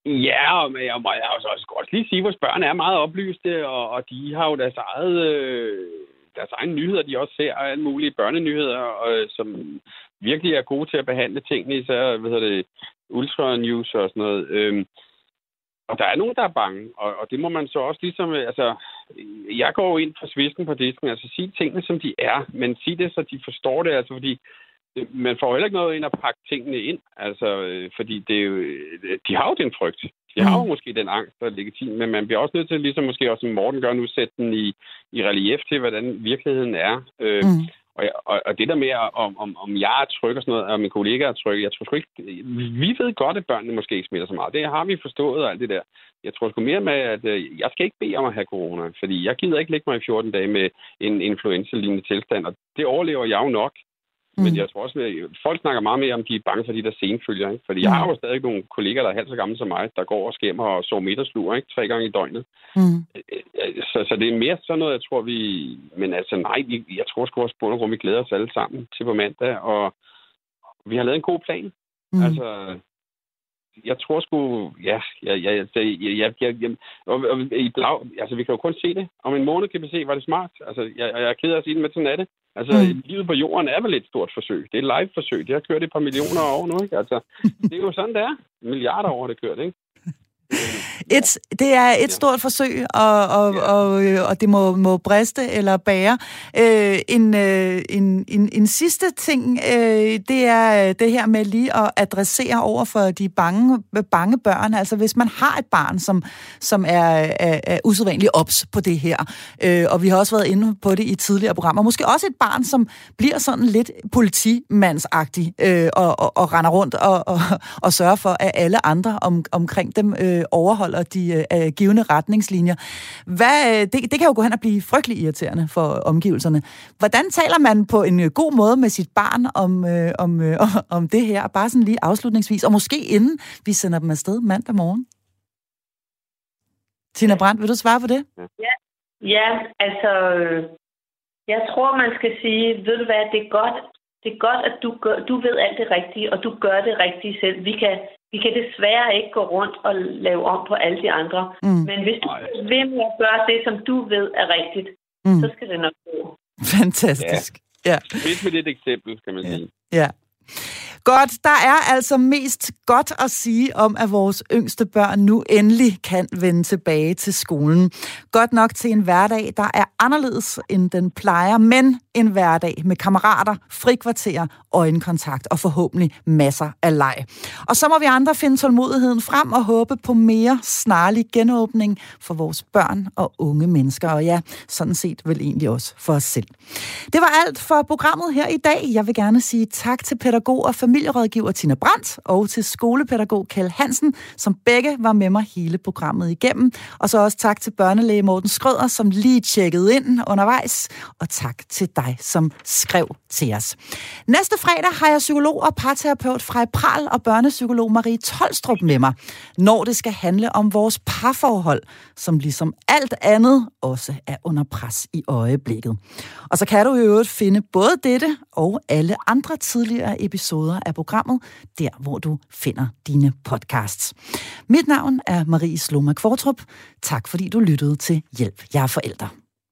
Ja, men jeg må også godt lige sige, at vores børn er meget oplyste, og de har jo deres egne nyheder, de også ser, og alle mulige børnenyheder, som virkelig er gode til at behandle tingene, især, Ultra News og sådan noget. Og der er nogen, der er bange, og det må man så også ligesom, jeg går jo ind for svisken på disken, sig tingene, som de er, men sig det, så de forstår det, fordi man får heller ikke noget ind at pakke tingene ind, fordi det er jo, de har jo den frygt. De har jo måske den angst, der er legitim, men man bliver også nødt til, ligesom måske også som Morten gør nu, sætte den i relief til, hvordan virkeligheden er. Og det der med, om jeg er tryg og sådan noget, og mine kollegaer er trygge, jeg tror sgu ikke... Vi ved godt, at børnene måske ikke smitter så meget. Det har vi forstået og alt det der. Jeg tror sgu mere med, at jeg skal ikke bede om at have corona, fordi jeg gider ikke lægge mig i 14 dage med en influenza-lignende tilstand, og det overlever jeg jo nok. Men jeg tror også, at folk snakker meget mere om, de er bange for de der senfølger. Ikke? Fordi jeg har jo stadig nogle kollegaer, der er halvt så gamle som mig, der går og skæmmer og sover middagslur, ikke? 3 gange i døgnet. Så det er mere sådan noget, jeg tror, vi... Men nej, jeg tror sgu også på grund, vi glæder os alle sammen til på mandag, og vi har lavet en god plan. Jeg tror sgu... vi kan jo kun se det. Om en måned kan vi se, var det smart. Jeg er ked af at sige det, men sådan er det. Livet på jorden er vel et stort forsøg. Det er et live-forsøg. Det har kørt et par millioner år nu, ikke? Det er jo sådan, det er. Milliarder år, det kørt, ikke? Det er et stort forsøg, og det må briste eller bære. En sidste ting, det er det her med lige at adressere over for de bange børn. Altså hvis man har et barn, som er usædvanligt ops på det her, og vi har også været inde på det i tidligere programmer, måske også et barn, som bliver sådan lidt politimandsagtig og render rundt og sørger for, at alle andre omkring dem overholder de givne retningslinjer. Det kan jo gå hen og blive frygtelig irriterende for omgivelserne. Hvordan taler man på en god måde med sit barn om det her? Bare sådan lige afslutningsvis, og måske inden vi sender dem afsted mandag morgen. Tina Brandt, vil du svare på det? Ja, jeg tror, man skal sige, ved du hvad, det er godt, at du ved alt det rigtige, og du gør det rigtige selv. Vi kan desværre ikke gå rundt og lave om på alle de andre. Men hvis du vil med at gøre det, som du ved er rigtigt, så skal det nok gå. Fantastisk. Ja. Fedt med det eksempel, kan man sige. Ja. Godt, der er altså mest godt at sige om, at vores yngste børn nu endelig kan vende tilbage til skolen. Godt nok til en hverdag, der er anderledes end den plejer, men en hverdag med kammerater, frikvarterer, øjenkontakt og forhåbentlig masser af leg. Og så må vi andre finde tålmodigheden frem og håbe på mere snarlig genåbning for vores børn og unge mennesker. Og ja, sådan set vel egentlig også for os selv. Det var alt for programmet her i dag. Jeg vil gerne sige tak til pædagog og familierådgiver Tina Brandt og til skolepædagog Kjeld Hansen, som begge var med mig hele programmet igennem. Og så også tak til børnelæge Morten Skrøder, som lige tjekkede ind undervejs. Og tak til dig, som skrev til os. Næste fredag har jeg psykolog og parterapeut Frej Pral og børnepsykolog Marie Tolstrup med mig, når det skal handle om vores parforhold, som ligesom alt andet også er under pres i øjeblikket. Og så kan du i øvrigt finde både dette og alle andre tidligere episoder af programmet, der hvor du finder dine podcasts. Mit navn er Marie Sloma Kvartrup. Tak fordi du lyttede til Hjælp, jeg er forælder.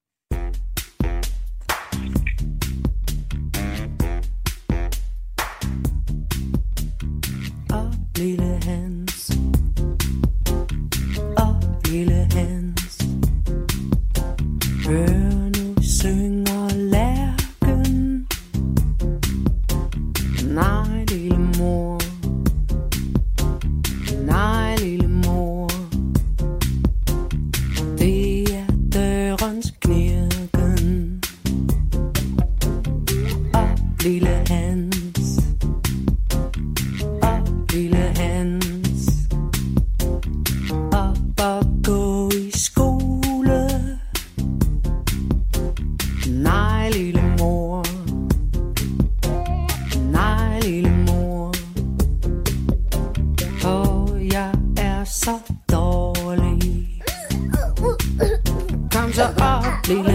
Lille Hans, lille Hans, hør nu synger lærken. Nej, lille mor, nej, lille mor, det er dørens knirken. Lille Hans, lille Hans, op og gå i skole. Nej, lille mor, nej, lille mor, jeg er så dårlig. Kom så op, lille